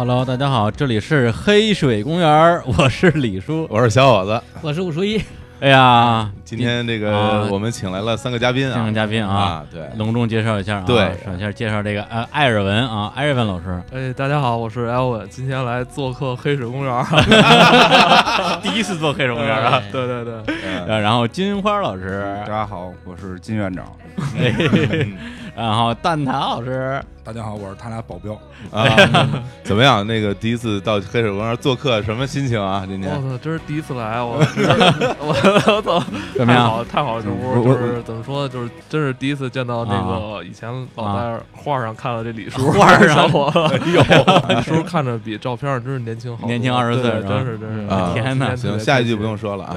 Hello， 大家好，这里是黑水公园，我是李叔， 我是小伙子， 我是武书一。 哎呀， 今天这个我们请来了3个嘉宾啊，3 个嘉宾啊， 对， 隆重介绍一下啊， 对， 首先介绍这个艾尔文啊，艾尔文老师。 哎，大家好，我是艾尔文，今天来做客黑水公园， 第一次做黑水公园啊， 对对对， 然后金花老师， 大家好，我是金院长， 然后蛋挞老师。 大家好，我是他俩保镖啊，怎么样？那个第一次到黑水公园做客，什么心情啊？今天我操，这是第一次来，我操， 怎么样？ 太好了，这屋就是怎么说，就是真是第一次见到那个以前老在画上看到这李叔， 画上我，哎呦，李叔看着比照片上真是年轻好多， 年轻20岁， 真是天哪！ 行，下一句不用说了啊。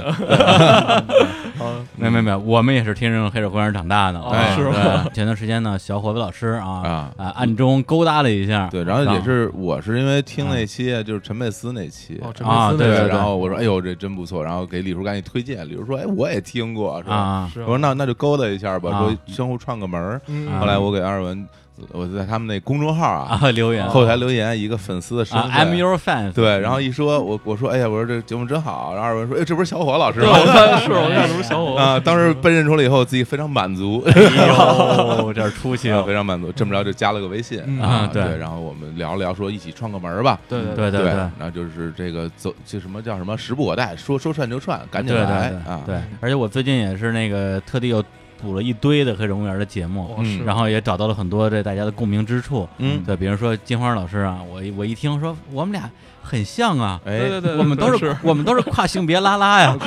没，我们也是听着黑水公园长大的， 是吧？前段时间呢，小伙子老师啊。暗中勾搭了一下， 对，然后也是我是因为听那期就是陈佩斯那期啊，对， 然后我说哎呦这真不错，然后给李叔赶紧推荐，李叔说哎我也听过是吧？ 啊， 我说那就勾搭一下吧，说相互串个门。后来我给二文。我在他们那公众号啊留言， 后台留言一个粉丝的身份 ，I'm your fan。 对，然后一说我说哎呀，我说这节目真好，然后二文说哎这不是小伙老师吗？ 是我看这不是小伙啊，当时被认出来以后，自己非常满足， 哎呦，这出息了， 非常满足。这么着就加了个微信啊， 对，然后我们聊了聊，说一起串个门吧。 对， 然后就是这个走，就什么叫什么时不我待，说串就串，赶紧来啊！ 对，而且我最近也是那个特地又补了一堆的黑水公园的节目，然后也找到了很多这大家的共鸣之处。对，比如说金花老师啊，我一听说我们俩很像啊， 对， 我们都是跨性别拉拉呀，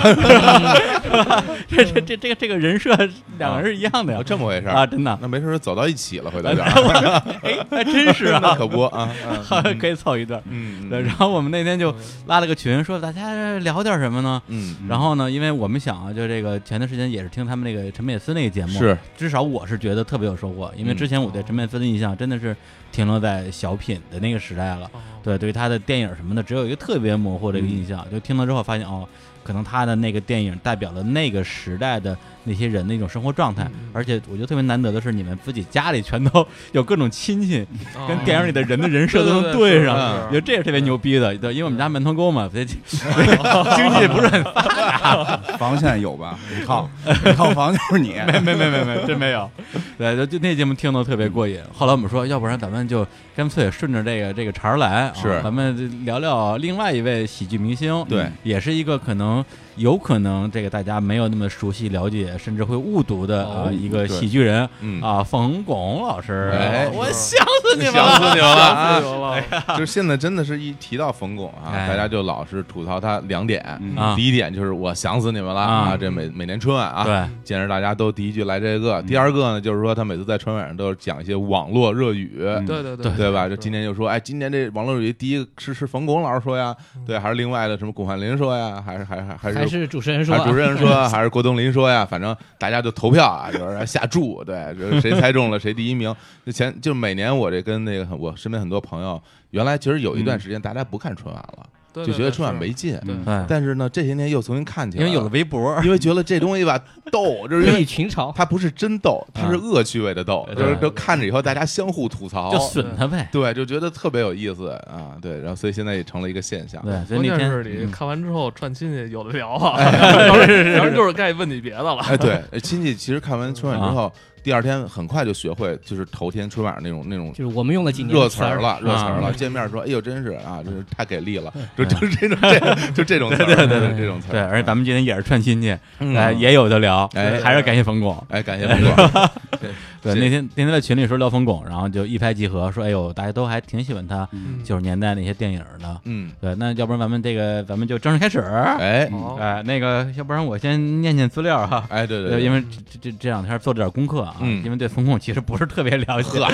这个人设两个人是一样的呀， 这么回事啊，真的。 那没事走到一起了，回头哎，还真是啊， 那可不啊， 可以凑一段。对，然后我们那天就拉了个群，说大家聊点什么呢？然后呢，因为我们想啊，就这个前段时间也是听他们那个陈佩斯那个节目， 是至少我是觉得特别有收获，因为之前我对陈佩斯的印象真的是停留在小品的那个时代了。对，对于他的电影什么的，只有一个特别模糊的一个印象。就听了之后发现，哦，可能他的那个电影代表了那个时代的那些人的一种生活状态。而且我觉得特别难得的是，你们自己家里全都有各种亲戚，跟电影里的人的人设都能对上，我觉得这是特别牛逼的。对，因为我们家门头沟嘛，所以经济不是很发达。 房现在有吧？一套房就是你， 没，真没有。对，就那节目听得特别过瘾。后来我们说，要不然咱们就干脆顺着这个茬来， 是咱们聊聊另外一位喜剧明星， 对， 也是一个有可能这个大家没有那么熟悉了解，甚至会误读的一个喜剧人冯巩老师。 哎， 我想死你们了！就是现在真的是一提到冯巩啊，大家就老是吐槽他2点。第一点就是我想死你们了啊！这每年春晚啊， 对， 见着大家都第一句来这个。第二个呢，就是说他每次在春晚上都是讲一些网络热语，对吧？就今年就说，哎，今年这网络热语第一个是冯巩老师说呀，对，还是另外的什么巩汉林说呀，还是主持人说， 还是郭冬临说呀，反正大家就投票啊，就是下注，对，谁猜中了谁第一名。就每年我这跟那个我身边很多朋友，原来其实有一段时间大家不看春晚了。就觉得春晚没劲，但是呢，这些年又重新看起来， 因为有了微博， 因为觉得这东西吧逗，就是因为群嘲， 它不是真逗，它是恶趣味的逗，就是都看着以后大家相互吐槽， 就损他呗， 对，就觉得特别有意思啊，对，然后所以现在也成了一个现象， 对，所以关键是你看完之后串亲戚有的聊啊， 然后就是该问你别的了， 哎，对，亲戚其实看完春晚之后。第二天很快就学会，就是头天春晚上那种， 就是我们用了几年热词儿了，见面说，哎呦，真是啊，真是太给力了，就是这种这种词儿，对，这种词儿。 对，而且咱们今天也是串亲戚，也有的聊，还是感谢冯巩， 感谢冯巩。 对，那天在群里说聊冯巩，然后就一拍即合，说，哎呦，大家都还挺喜欢他90年代那些电影的，对，那要不然咱们就正式开始，那个，要不然我先念资料哈， 对， 因为这两天做了点功课啊。因为对冯巩其实不是特别了解，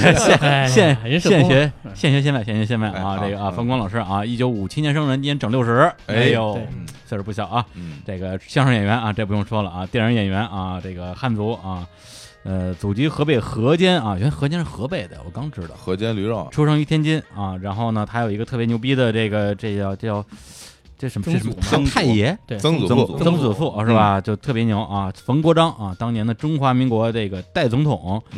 现学现卖啊！这个冯巩老师啊，1957年生人，今年整60，哎呦，岁数不小啊！这个相声演员啊，这不用说了啊，电影演员啊，这个汉族啊，祖籍河北河间啊，原来河间是河北的，我刚知道。 河间驴肉， 出生于天津啊，然后呢，他有一个特别牛逼的这叫。这什么太爷曾祖父是吧？就特别牛啊！冯国璋啊，当年的中华民国这个代总统，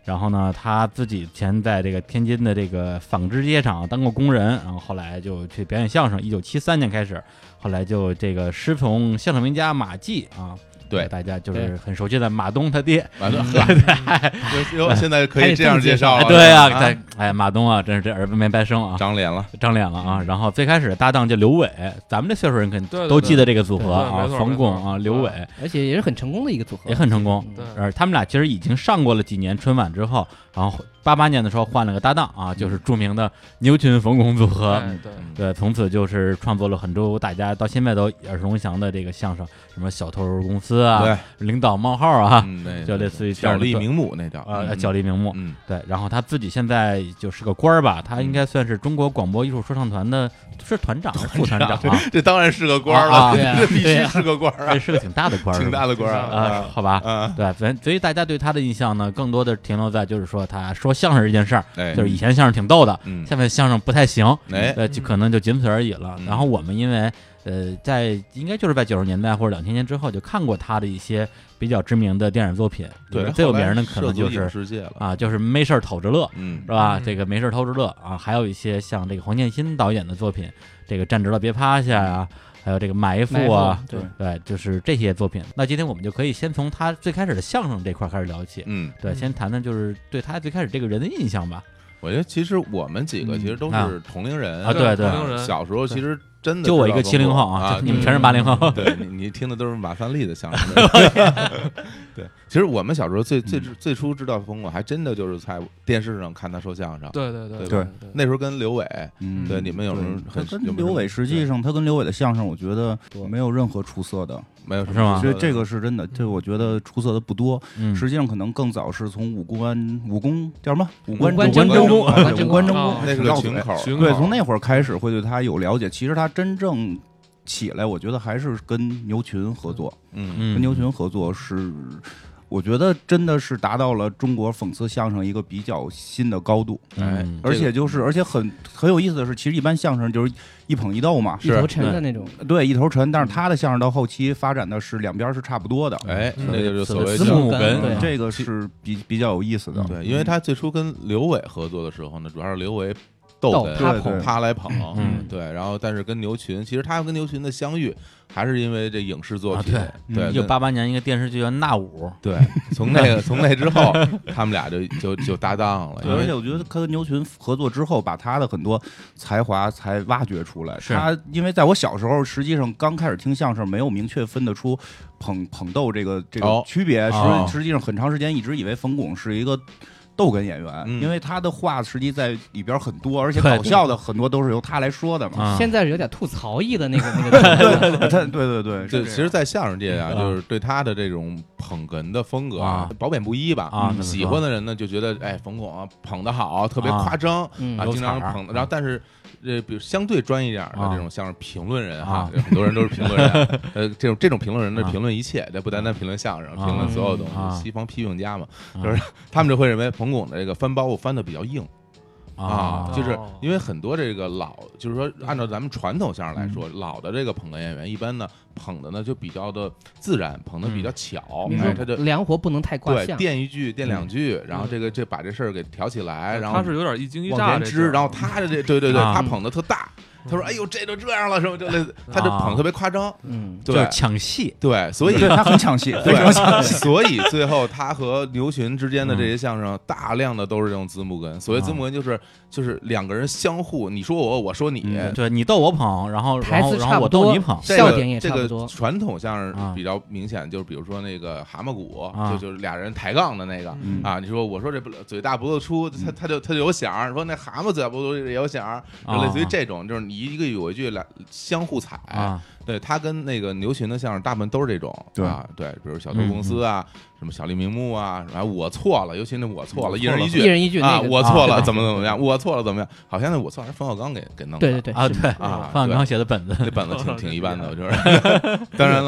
然后呢，他自己前在这个天津的这个纺织街厂当过工人，然后后来就去表演相声。1973年开始，后来就这个师从相声名家马季啊。 对， 大家就是很熟悉的马东他爹， 马东，对，现在可以这样介绍了， 对啊，哎，马东啊，真是这儿子没白生啊， 长脸了啊。然后最开始搭档就刘伟，咱们这岁数人肯定都记得这个组合啊，冯巩啊，刘伟， 而且也是很成功的一个组合， 也很成功。他们俩其实已经上过了几年春晚之后，然后88年的时候换了个搭档啊，就是著名的牛群冯巩组合，对，从此就是创作了很多大家到现在都耳熟能详的这个相声，什么小偷公司啊，领导冒号啊，就类似于角力名目那叫角力名目，对。然后他自己现在就是个官儿吧，他应该算是中国广播艺术说唱团的是团长还是副团长啊？ 这当然是个官了，这必须是个官啊， 这是个挺大的官， 挺大的官啊，好吧，对，所以大家对他的印象呢，更多的停留在就是说他说相声这件事儿，就是以前相声挺逗的，现在相声不太行，就可能就仅此而已了。然后我们因为在应该就是在90年代或者2000年之后就看过他的一些比较知名的电影作品， 对， 最有名的可能就是就是没事偷着乐，是吧？这个没事偷着乐啊，还有一些像这个黄建新导演的作品，这个站直了别趴下呀，还有这个埋伏啊，对，就是这些作品。那今天我们就可以先从他最开始的相声这块开始聊起，对，先谈谈就是对他最开始这个人的印象吧。 我觉得其实我们几个其实都是同龄人啊，对， 小时候其实真的就我一个70后啊，你们全是80后， 对，你听的都是马三立的相声。对，其实我们小时候最初知道冯巩，还真的就是在电视上看他说相声。 对， 那时候跟刘伟，对，你们有人跟刘伟，实际上他跟刘伟的相声，我觉得没有任何出色的。 没有， 是吗？ 所以这个是真的，这我觉得出色的不多。实际上可能更早是从武功叫什么？五官争功， 那是个群口。 对，从那会儿开始会对他有了解。其实他真正起来，我觉得还是跟牛群合作。跟牛群合作是。我觉得真的是达到了中国讽刺相声一个比较新的高度，而且很有意思的是，其实一般相声就是一捧一逗嘛， 一头沉的那种， 对，一头沉。但是他的相声到后期发展的是两边是差不多的， 那就是所谓子母哏， 这个是比较有意思的。 对，因为他最初跟刘伟合作的时候呢，主要是刘伟逗他来捧，对，然后但是跟牛群，其实他跟牛群的相遇还是因为这影视作品，对 ，1988年一个电视剧叫《那五》， 对，从那之后，他们俩就搭档了。 而且我觉得他跟牛群合作之后，把他的很多才华才挖掘出来。他因为在我小时候，实际上刚开始听相声，没有明确分得出捧逗这个区别，实际上很长时间一直以为冯巩是一个逗哏演员，因为他的话实际在里边很多，而且搞笑的很多都是由他来说的嘛。 现在是有点吐槽意的那个对， 其实，在相声界啊，就是对他的这种捧哏的风格褒贬不一吧。喜欢的人呢就觉得，哎，冯巩捧得好，特别夸张啊，经常捧。然后，但是比如相对专业一点的这种相声评论人哈，很多人都是评论人。这种评论人呢，评论一切，不单单评论相声，评论所有东西。西方批评家嘛，就是他们就会认为冯巩的这个翻包袱翻的比较硬就是因为很多这个就是说按照咱们传统相声来说，老的这个捧哏演员一般呢捧的呢就比较的自然，捧的比较巧，他就良活不能太挂相，对，垫一句垫两句，然后这把这事儿给挑起来，然后他是有点一惊一乍的，然后他的对，他捧的特大。他说：“哎呦，这都这样了，是吧？就类似，他就捧特别夸张，对， 抢戏， 对，所以他很抢戏， 对，所以最后他和牛群之间的这些相声，大量的都是这种子母哏。所谓子母哏，就是两个人相互，你说我，我说你， 对你逗我捧，然后台词差不多，我逗你捧， 笑点也差不多。 这个传统相声比较明显，就是比如说那个蛤蟆鼓，就是俩人抬杠的那个啊。你说我说这嘴大脖子粗，他就有响，说那蛤蟆嘴大脖子也有响，就类似于这种，就是你一个有一句来相互踩对他跟那个牛群的相声大部分都是这种对，比如小偷公司啊，什么小丽名目啊，然后我错了，尤其那我错了，一人一句啊，我错了怎么样，我错了怎么样，好像那我错还是冯小刚给弄的， 对冯小刚写的本子， 那本子挺一般的，我觉得。当然了，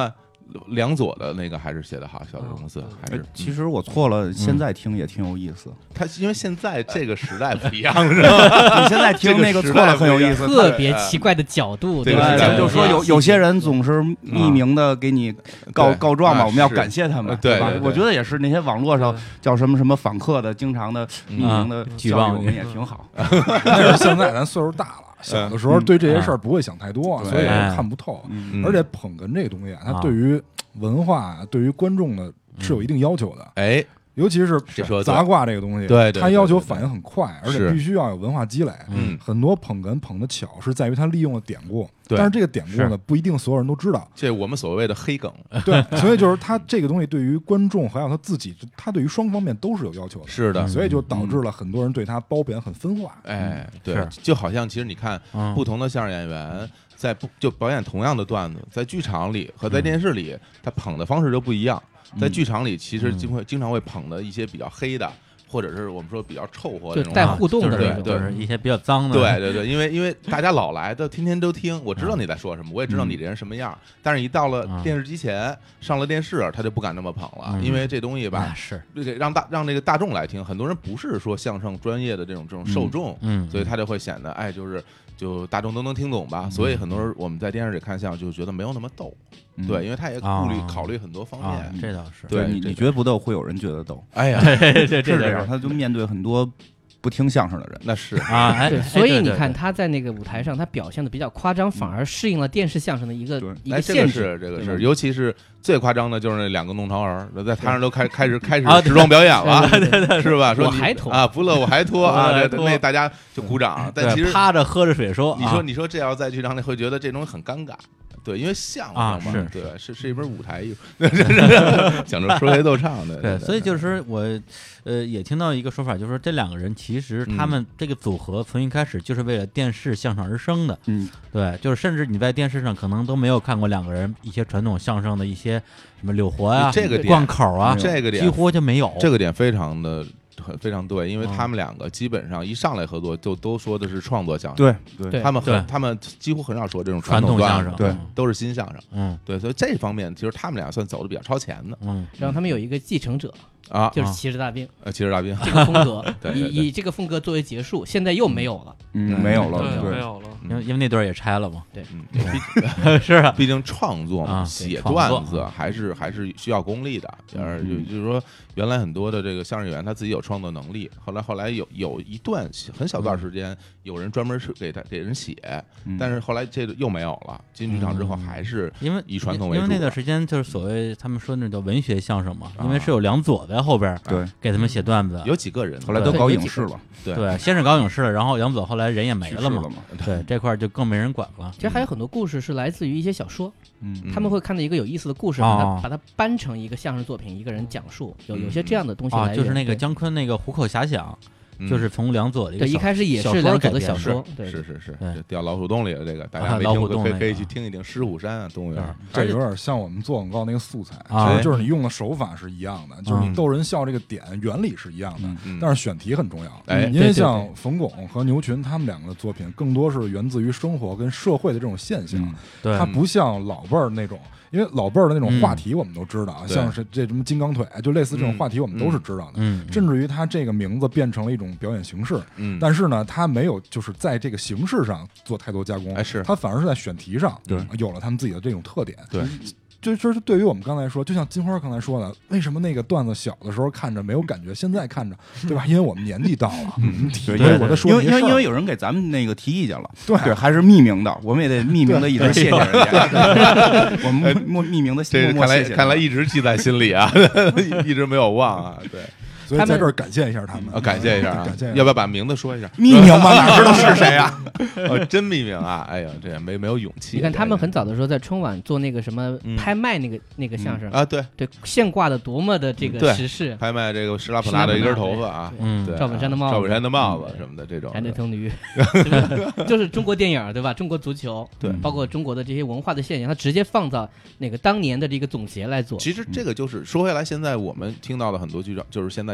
梁左的那个还是写的好，小丑公司还是。 其实我错了，现在听也挺有意思。 他因为现在这个时代不一样，是吧？ 你现在听那个错了很有意思， 特别奇怪的角度，对吧？ 就说有些人总是匿名的给你告状嘛，我们要感谢他们， 对吧？ 我觉得也是，那些网络上叫什么访客的，经常的匿名的举报我们也挺好。 但是现在咱岁数大了。小的时候对这些事儿不会想太多，所以也看不透。而且捧哏这个东西啊，它对于文化、对于观众呢是有一定要求的。 哎， 尤其是杂卦这个东西， 对， 它要求反应很快，而且必须要有文化积累。很多捧哏捧的巧是在于它利用了典故，但是这个典故呢不一定所有人都知道。 这我们所谓的黑梗。 对，所以就是它这个东西对于观众还有他自己，他对于双方面都是有要求的。 是的， 所以就导致了很多人对他褒贬很分化。 哎，对，就好像其实你看不同的相声演员。就表演同样的段子，在剧场里和在电视里，他捧的方式就不一样。在剧场里，其实经常会捧的一些比较黑的，或者是我们说比较臭货的那种， 带互动的那种， 对，一些比较脏的。 对，因为大家老来的，天天都听，我知道你在说什么，我也知道你这人什么样。但是，一到了电视机前，上了电视，他就不敢那么捧了，因为这东西吧， 是让这个大众来听，很多人不是说相声专业的这种受众，所以他就会显得就大众都能听懂吧，所以很多人我们在电视里看相声就觉得没有那么逗，对，因为他也考虑很多方面， 这倒是。 对，你觉得不逗，会有人觉得逗。 哎呀， 这这样，他就面对很多不听相声的人， 那是啊， 对，所以你看他在那个舞台上，他表现的比较夸张，反而适应了电视相声的一个限制。 这个是，尤其是最夸张的就是那两个弄潮儿在台上都开始时装表演了，是吧？说我还脱啊，不乐我还脱啊，那大家就鼓掌。但其实趴着喝着水说， 你说这要在剧场里会觉得这东西很尴尬。对，因为相声嘛，对，是一门舞台艺术，讲着说学逗唱的。 对，所以就是我，也听到一个说法，就是说这两个人其实他们这个组合从一开始就是为了电视相声而生的。对，就是甚至你在电视上可能都没有看过两个人一些传统相声的一些什么柳活啊、 这个贯口啊， 这个点几乎就没有。 这个点非常对，因为他们两个基本上一上来合作就都说的是创作相声， 对， 他们几乎很少说这种传统相声， 对，都是新相声，对，所以这方面其实他们俩算走的比较超前的， 然后他们有一个继承者啊， 就是骑士大兵， 骑士大兵这个风格， 对， 以这个风格作为结束，现在又没有了， 没有了， 没有了， 因为那段也拆了嘛， 对， 是啊， 毕竟创作嘛，写段子还是需要功力的，就是说原来很多的这个相声演员他自己有创作能力，后来有一段很小段时间有人专门是给人写，但是后来这个又没有了，进剧场之后还是以传统为主， 因为那段时间就是所谓他们说那叫文学相声嘛，因为是有梁左在后边给他们写段子， 有几个人后来都搞影视了， 对，先是搞影视了，然后梁左后来人也没了嘛，对，这块就更没人管了。 其实还有很多故事是来自于一些小说，他们会看到一个有意思的故事，把它搬成一个相声作品，一个人讲述，有些这样的东西来源， 就是那个姜昆那个《虎口遐想》。就是从梁左的一个一开始也是梁左的小说， 是掉老鼠洞里的这个，大家没听过可以去听一听《狮虎山》啊，动物园， 这有点像我们做广告那个素材，其实就是你用的手法是一样的，就是你逗人笑这个点原理是一样的，但是选题很重要。因为像冯巩和牛群他们两个的作品，更多是源自于生活跟社会的这种现象，它不像老辈儿那种。因为老辈儿的那种话题我们都知道啊，像是这什么金刚腿，就类似这种话题我们都是知道的。甚至于他这个名字变成了一种表演形式，但是呢，他没有就是在这个形式上做太多加工，他反而是在选题上有了他们自己的这种特点。 对。 就是对于我们刚才说，就像金花刚才说的，为什么那个段子小的时候看着没有感觉，现在看着，对吧？因为我们年纪到了， 对， 我在说因为有人给咱们那个提意见了，对，还是匿名的，我们也得匿名的一直谢谢人家，我们匿名的这看来一直记在心里啊，一直没有忘啊，对。 所以在这儿感谢一下他们， 感谢一下啊！要不要把名字说一下？ 匿名吗？哪知道是谁啊？ 真匿名啊！哎呀，这也没有勇气。 你看他们很早的时候在春晚做那个什么拍卖那个相声啊，对， 现挂的多么的这个时事， 拍卖这个施拉普纳的一根头发啊，对， 赵本山的帽子什么的这种， 男的童女，就是中国电影对吧？中国足球， 对， 包括中国的这些文化的现象，他直接放到那个当年的这个总结来做。 其实这个就是说回来，现在我们听到的很多剧场，就是现在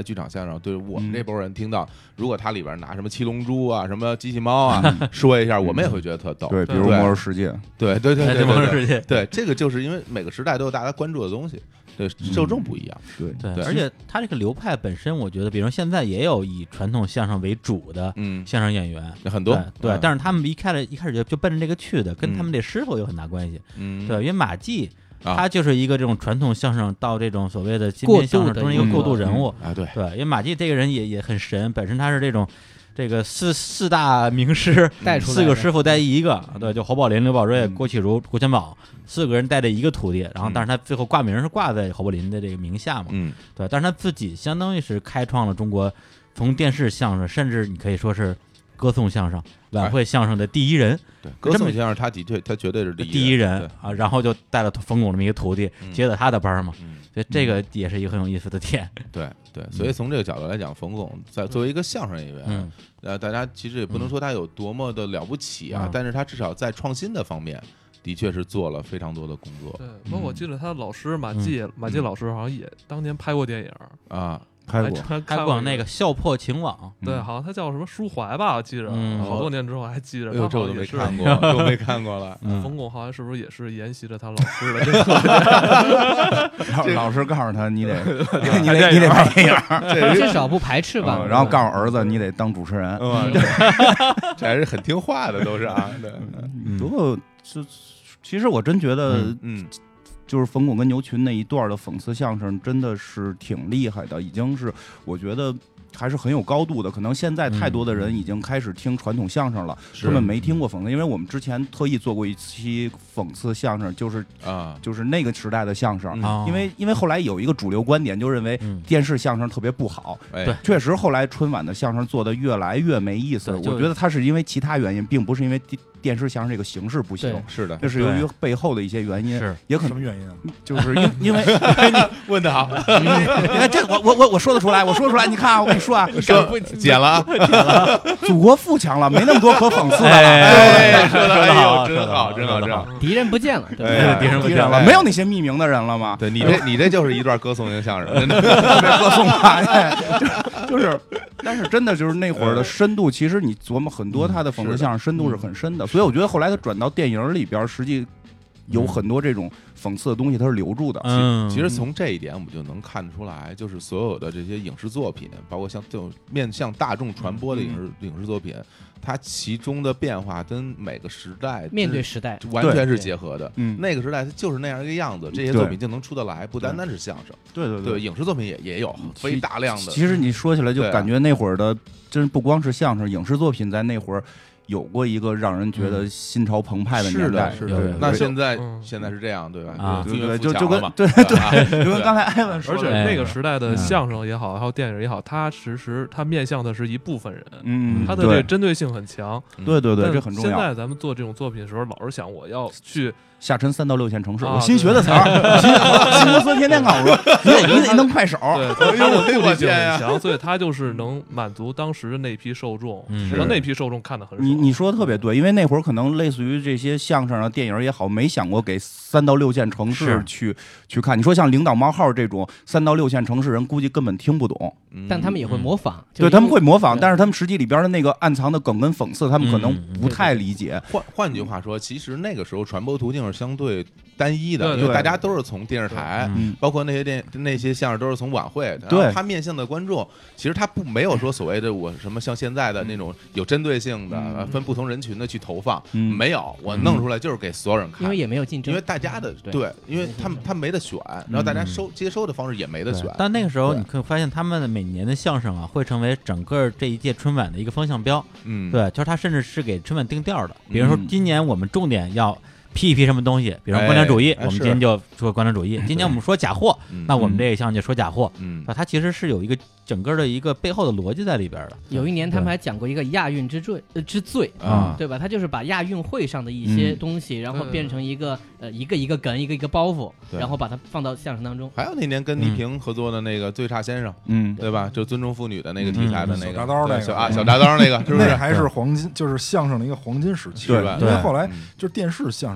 台剧场相声，对我们这波人听到，如果他里边拿什么七龙珠啊、什么机器猫啊说一下，我们也会觉得特逗。 对，比如魔兽世界， 对， 魔兽世界， 对，这个就是因为每个时代都有大家关注的东西。对，受众不一样， 对，而且他这个流派本身，我觉得，比如现在也有以传统相声为主的相声演员， 很多， 对，但是他们一开始就奔着这个去的，跟他们这师傅有很大关系，对，因为马季他就是一个这种传统相声到这种所谓的新编相声中的一个过渡人物啊，对， 因为马季这个人也很神，本身他是这个四大名师带出来 4个师傅带一个，对，就侯宝林、刘宝瑞、郭启儒、郭全宝4个人带着一个徒弟，然后但是他最后挂名是挂在侯宝林的这个名下嘛，对，但是他自己相当于是开创了中国从电视相声，甚至你可以说是歌颂相声、晚会相声的第一人。 对，歌颂相声他绝对是第一人啊，然后就带了冯巩这么一个徒弟，接了他的班嘛，所以这个也是一个很有意思的点。 对，所以从这个角度来讲，冯巩作为一个相声演员，大家其实也不能说他有多么的了不起啊，但是他至少在创新的方面，的确是做了非常多的工作。 对，包括我记得他老师马季老师好像也当年拍过电影啊。 拍过那个笑破情网， 对，好像他叫什么舒怀吧，我记着，好多年之后还记着。 这我都没看过，都没看过了。 冯巩好像是不是也是沿袭着他老师的这个？ 老师告诉他你得拍电影， 至少不排斥吧。 然后告诉儿子你得当主持人， 这还是很听话的，都是啊。对， 不过其实我真觉得，就是冯巩跟牛群那一段的讽刺相声真的是挺厉害的，已经是我觉得还是很有高度的。可能现在太多的人已经开始听传统相声了，他们没听过讽刺。因为我们之前特意做过一期讽刺相声，就是那个时代的相声。因为后来有一个主流观点，就认为电视相声特别不好。 对， 确实后来春晚的相声做的越来越没意思。我觉得它是因为其他原因，并不是因为电视相声这个形式不行， 是的， 这是由于背后的一些原因，也可能什么原因啊？ 就是因为问得好， 你看这我说得出来，你看我跟你说啊， 剪了， 祖国富强了，没那么多可讽刺的了。说得好，真好， 敌人不见了， 敌人不见了，没有那些匿名的人了吗？ 对你这就是一段歌颂型相声，真的歌颂啊，就是，但是真的就是那会儿的深度，其实你琢磨很多他的讽刺相声深度是很深的。所以我觉得后来他转到电影里边，实际有很多这种讽刺的东西，它是留住的。 其实从这一点我们就能看出来，就是所有的这些影视作品，包括像这种面向大众传播的影视作品，它其中的变化跟每个时代面对时代完全是结合的。那个时代它就是那样一个样子，这些作品就能出得来，不单单是相声。对，影视作品也有非大量的。 其实你说起来就感觉那会儿的，真不光是相声，影视作品在那会儿有过一个让人觉得心潮澎湃的年代。 是的。那现在是这样，对吧？ 对，就跟就跟刚才艾文说的，而且那个时代的相声也好，还有电影也好，它其实它面向的是一部分人，它的这个针对性很强。 对，这很重要。 现在咱们做这种作品的时候，老是想我要去下沉3到6线城市，我新学的词儿，新公司天天告诉我，你得弄快手。 对，他的目的性很强，所以他就是能满足当时的那批受众，让那批受众看得很爽。 你说的特别对，因为那会儿可能类似于这些相声啊、电影也好，没想过给3到6线城市去看。你说像领导冒号这种3到6线城市人，估计根本听不懂， 但他们也会模仿。 对，他们会模仿，但是他们实际里边的那个暗藏的梗跟讽刺，他们可能不太理解。 换句话说，其实那个时候传播途径是相对单一的，因为大家都是从电视台，包括那些相声都是从晚会， 对， 他面向的观众，其实他没有说所谓的我什么像现在的那种有针对性的分不同人群的去投放，没有，我弄出来就是给所有人看， 因为也没有竞争， 因为大家的对，因为他没得选，然后大家接收的方式也没得选。 但那个时候你可以发现，他们的每年的相声啊，会成为整个这一届春晚的一个方向标，对，就是他甚至是给春晚定调的，比如说今年我们重点要批一批什么东西，比如说共产主义，我们今天就说共产主义。今年我们说假货，那我们这一项就说假货。它其实是有一个整个的一个背后的逻辑在里边的。 有一年他们还讲过一个亚运之最啊，对吧？他就是把亚运会上的一些东西，然后变成一个一个梗，一个包袱，然后把它放到相声当中。 还有那年跟倪萍合作的那个《最差先生》，对吧？就尊重妇女的那个题材的那个小铡刀那个小铡刀那个，是不是？ 那还是黄金，就是相声的一个黄金时期， 对吧？ 因为后来就是电视相声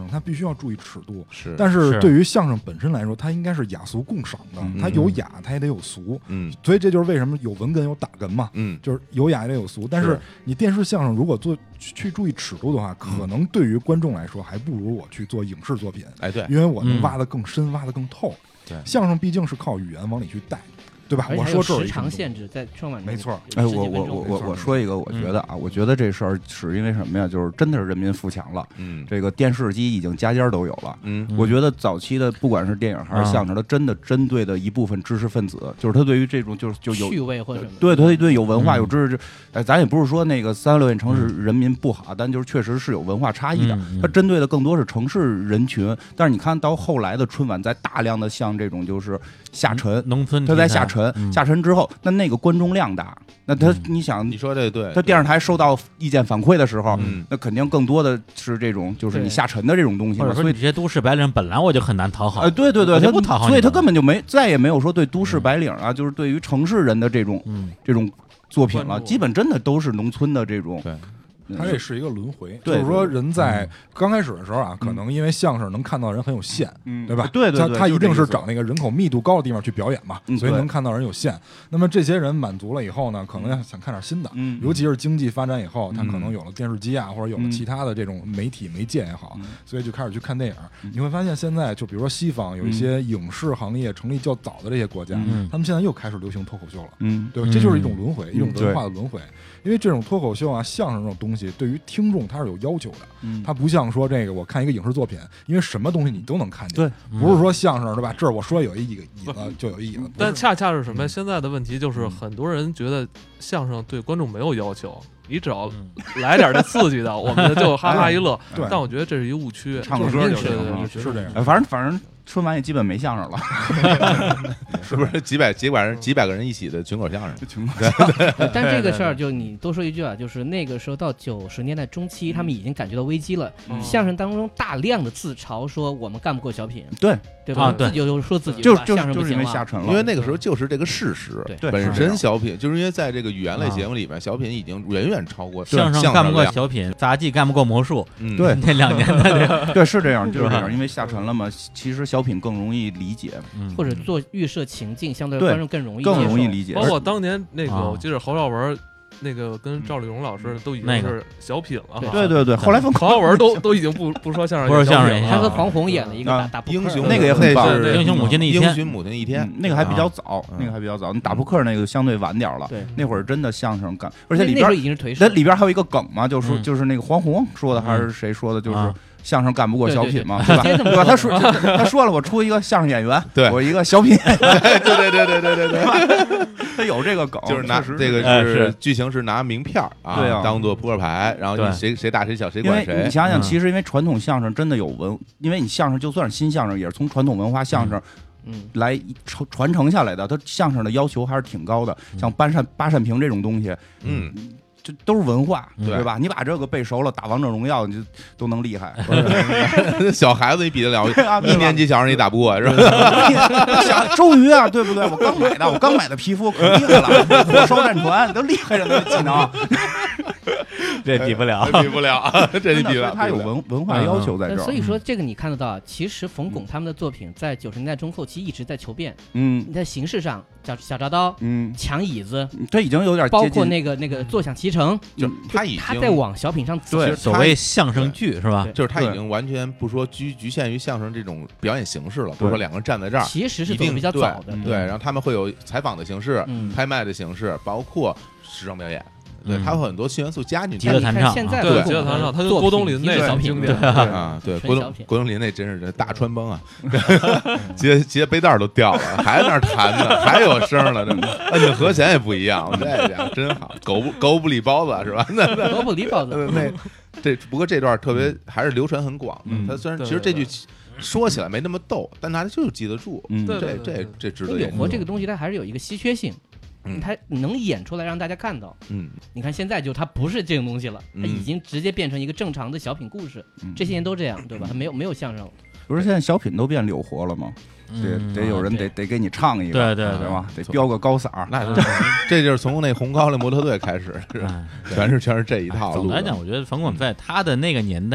声，它必须要注意尺度。 是， 但是对于相声本身来说，它应该是雅俗共赏的，它有雅，它也得有俗。所以这就是为什么有文哏有打哏嘛。就是有雅也得有俗。但是你电视相声如果去注意尺度的话，可能对于观众来说，还不如我去做影视作品。 哎，对， 因为我能挖得更深，挖得更透。 对， 相声毕竟是靠语言往里去带。对吧？我说这时长限制在春晚没错。 哎，我说一个，我觉得啊，我觉得这事儿是因为什么呀？就是真的是人民富强了。这个电视机已经家家都有了。我觉得早期的不管是电影还是相声，它真的针对的一部分知识分子，就是他对于这种就有趣味或者什么， 对有文化有知识。哎，咱也不是说那个3、6线城市人民不好，但就是确实是有文化差异的。它针对的更多是城市人群。但是你看到后来的春晚，在大量的像这种就是下沉农村， 他在下沉之后，那个观众量大，那他你想， 你说这对， 他电视台收到意见反馈的时候，那肯定更多的是这种就是你下沉的这种东西嘛。 所以这些都市白领本来我就很难讨好。 对， 他不讨好， 所以他根本就再也没有说对都市白领啊，就是对于城市人的这种作品了，基本真的都是农村的这种。 它这是一个轮回，就是说人在刚开始的时候啊，可能因为相声能看到人很有限，对吧？ 对， 他一定是找那个人口密度高的地方去表演嘛，所以能看到人有限。那么这些人满足了以后呢，可能想看点新的，尤其是经济发展以后，他可能有了电视机啊，或者有了其他的这种媒介也好，所以就开始去看电影。你会发现现在就比如说西方有一些影视行业成立较早的这些国家，他们现在又开始流行脱口秀了，对吧？这就是一种轮回，一种文化的轮回。因为这种脱口秀啊、相声这种东西，对于听众他是有要求的。他不像说这个我看一个影视作品，因为什么东西你都能看见。 对， 不是说相声对吧？这儿我说有一个椅子就有一椅子。 但恰恰是什么？现在的问题就是很多人觉得相声对观众没有要求，你只要来点这刺激的，我们就哈哈一乐。但我觉得这是一误区， 唱个歌是这样。 反正春晚也基本没相声了， 是不是几百个人一起的群口相声？ 但这个事儿就你多说一句啊，就是那个时候到90年代中期，他们已经感觉到危机了。相声当中大量的自嘲说我们干不过小品， 对吧？ 对， 就说自己就是因为下沉了， 因为那个时候就是这个事实。本身小品就是因为在这个语言类节目里面，小品已经远远超过相声干不过小品，杂技干不过魔术。 对， 那2年的对是这样，就是这样，因为下沉了嘛。其实小品更容易理解， 或者做预设情境，相对观众更容易理解。 包括当年那个，我记得侯耀文那个跟赵丽蓉老师都已经是小品了。 对，后来侯耀文都已经不说相声， 不是相声， 他和黄宏演了一个打英雄， 那个也很棒。 英雄母亲的一天， 那个还比较早，你打扑克那个相对晚点了。 对， 那会儿真的相声干，而且里边已经是颓势。 那里边还有一个梗嘛，就是那个黄宏说的还是谁说的，就是相声干不过小品嘛，对吧？对吧？他说了，我出一个相声演员，我一个小品演员，对，他有这个梗， 就是拿这个是剧情是拿名片啊，当做扑克牌，然后你谁大谁小谁管谁。 你想想，其实因为传统相声真的有因为你相声就算是新相声，也是从传统文化相声来传承下来的，他相声的要求还是挺高的，像八扇屏这种东西，这都是文化，对吧？你把这个背熟了，打王者荣耀你就都能厉害。 小孩子你比得了？1年级小孩你打不过是吧？ 终于啊，对不对？我刚买的皮肤可厉害了，火烧战船都厉害着呢，技能。 这比不了， 这你比不了。 他有文化要求在这儿。 所以说，这个你看得到，其实冯巩他们的作品在90年代中后期一直在求变。你在形式上，小铡刀，抢椅子， 这已经有点包括那个坐享其成， 就他在往小品上走。 对，所谓相声剧是吧？ 就是他已经完全不说局限于相声这种表演形式了，不是说2个人站在这儿， 其实是走得比较早的。 对，然后他们会有采访的形式、拍卖的形式，包括时装表演。对，他会很多新元素加进去。 极乐弹唱， 对，极乐弹唱，他就郭冬临那小品， 对啊，对，郭冬临那真是大穿帮啊，结背带都掉了，还在那弹呢，还有声了，真的，摁的和弦也不一样，这家伙真好，狗不理包子是吧？ 狗不理包子， 不过这段特别还是流传很广。他虽然其实这句说起来没那么逗，但大家就是记得住，这值得。 有这个东西，它还是有一个稀缺性。他能演出来让大家看到，你看现在就他不是这种东西了，他已经直接变成一个正常的小品故事，这些年都这样，对吧？他没有相声， 不是现在小品都变柳活了吗？得有人得给你唱一个，对吧？得飙个高嗓， 那这就是从那红高粱模特队开始，全是这一套。 总的来讲，我觉得冯巩在他的那个年代，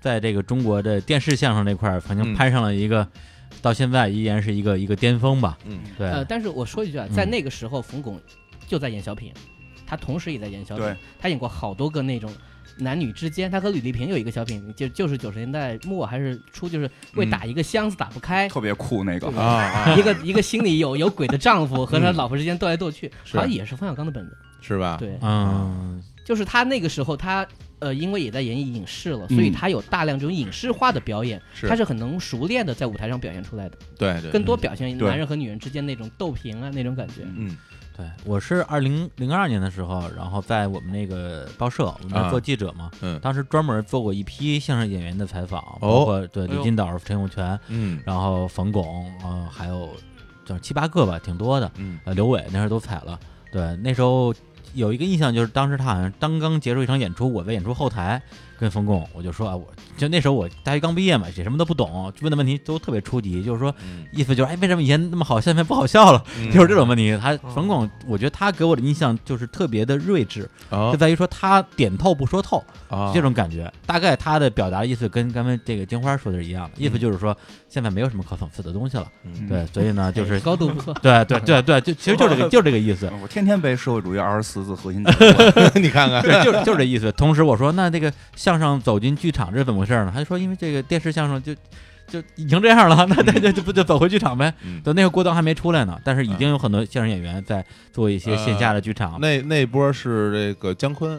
在这个中国的电视相声这块曾经攀上了一个。到现在依然是一个巅峰吧，对。 但是我说一句啊，在那个时候，冯巩就在演小品，他同时也在演小品，他演过好多个那种男女之间，他和吕丽萍有一个小品，就是90年代末还是初，就是为打一个箱子打不开， 特别酷那个一个心里有鬼的丈夫和他老婆之间斗来斗去，好像也是冯小刚的本子， 是吧？ 对，就是他那个时候他。因为也在演影视了，所以他有大量这种影视化的表演，他是很能熟练的在舞台上表现出来的。 对， 更多表现男人和女人之间那种斗平啊那种感觉。 对，我是2002年的时候，然后在我们那个报社，我们做记者嘛，当时专门做过一批相声演员的采访，包括对李金斗、陈永泉，然后冯巩，还有就是7、8个吧，挺多的。刘伟那时候都采了。对，那时候。有一个印象就是当时他好像刚结束一场演出，我在演出后台跟冯巩，我就说啊，我就那时候我大学刚毕业嘛，也什么都不懂，问的问题都特别初级，就是说意思就是为什么以前那么好，现在不好笑了，就是这种问题。冯巩，我觉得他给我的印象就是特别的睿智，就在于说他点透不说透，这种感觉。大概他的表达的意思跟刚才这个金花说的是一样的，意思就是说现在没有什么可讽刺的东西了，对，所以呢就是高度不错， 对，就其实就是这个意思。 我天天背社会主义24字核心价值你看看， 对，就是这意思。同时我说那这个相声走进剧场这是怎么回事呢？他就说因为这个电视相声就已经这样了，那就走回剧场呗。等那个郭德还没出来呢，但是已经有很多相声演员在做一些线下的剧场。 那波是这个姜昆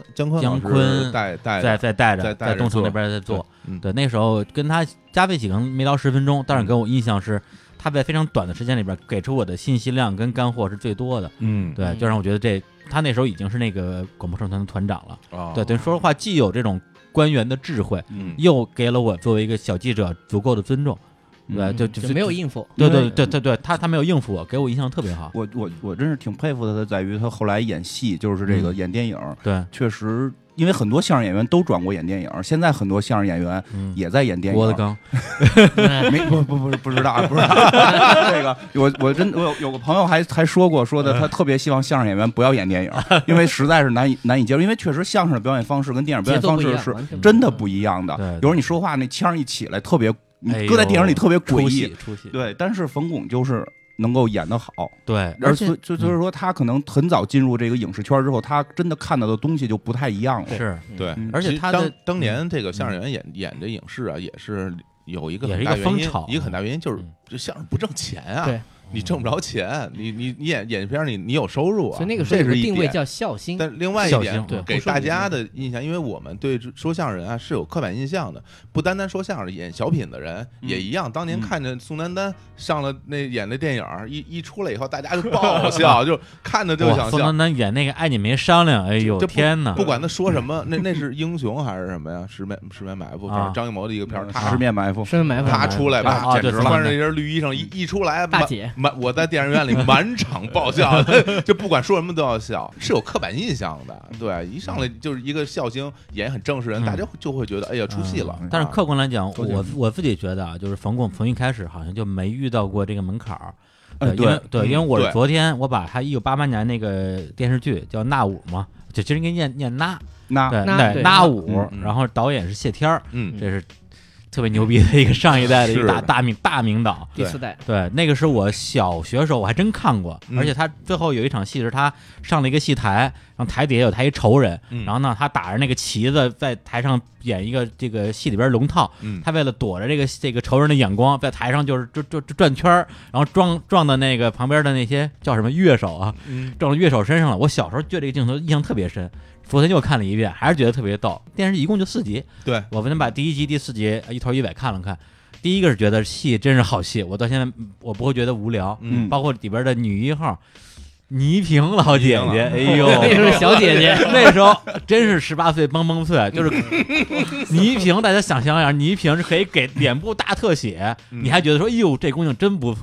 在东城那边在做。对，那时候跟他加在一起可能没到10分钟，但是给我印象是他在非常短的时间里边给出我的信息量跟干货是最多的。对，就让我觉得他那时候已经是那个广播社团的团长了。对，等于说实话，既有这种官员的智慧，又给了我作为一个小记者足够的尊重。对，就没有应付。 对，他没有应付我，给我印象特别好。 我真是挺佩服他的，在于他后来演戏，就是这个演电影。 对， 确实。因为很多相声演员都转过演电影，现在很多相声演员也在演电影。 郭德纲， 不知道。这个我有个朋友还说过，说的他特别希望相声演员不要演电影，因为实在是难以接受。因为确实相声的表演方式跟电影表演方式是真的不一样的。有时候你说话那腔一起来特别，搁在电影里特别诡异。对，但是冯巩就是能够演得好， 对， 而且就是说他可能很早进入这个影视圈之后，他真的看到的东西就不太一样了。 是， 对， 而且他当年这个相声演员演这影视啊，也是有一个很大原因，一个很大原因就是这相声不挣钱啊。 对。 你挣不着钱，你演片你有收入啊， 所以那个时候有个定位叫笑星。 但另外一点，给大家的印象，因为我们对说相声人啊是有刻板印象的，不单单说相声，演小品的人也一样。当年看着宋丹丹上了演那电影，一出来以后，大家就爆笑，就看着就想笑。 宋丹丹演那个爱你没商量，哎呦天哪！ 不管他说什么，那是英雄还是什么呀？十面埋伏，张艺谋的一个片儿， 十面埋伏， 他出来吧， 简直了， 穿着一身绿衣裳一出来， 大姐。 我在电影院里满场爆笑，就不管说什么都要笑，是有刻板印象的。对，一上来就是一个笑星，演很正式人，大家就会觉得哎呀出戏了。 但是客观来讲，我自己觉得啊，就是冯巩从一开始好像就没遇到过这个门槛儿。因为我昨天我把他1988年那个电视剧叫《那舞》嘛，就其实应该念那舞，然后导演是谢天儿，这是。特别牛逼的一个上一代的一个大名导， 第4代。 对，那个是我小学时候我还真看过，而且他最后有一场戏是他上了一个戏台，然后台底下有他一仇人，然后呢他打着那个旗子在台上演一个这个戏里边龙套，他为了躲着这个仇人的眼光，在台上就是转圈，然后撞到那个旁边的那些叫什么乐手啊，撞到乐手身上了。我小时候对这个镜头印象特别深。昨天又看了一遍，还是觉得特别逗。电视一共就4集， 对， 我们把第1集、第4集一头一尾看了看。第一个是觉得戏真是好戏，我到现在我不会觉得无聊，包括里边的女1号倪萍老姐姐，哎呦， 那时候小姐姐， 那时候真是18岁蹦蹦脆，就是倪萍，大家想象一下，倪萍是可以给脸部大特写，你还觉得说，哎呦，这姑娘真不错。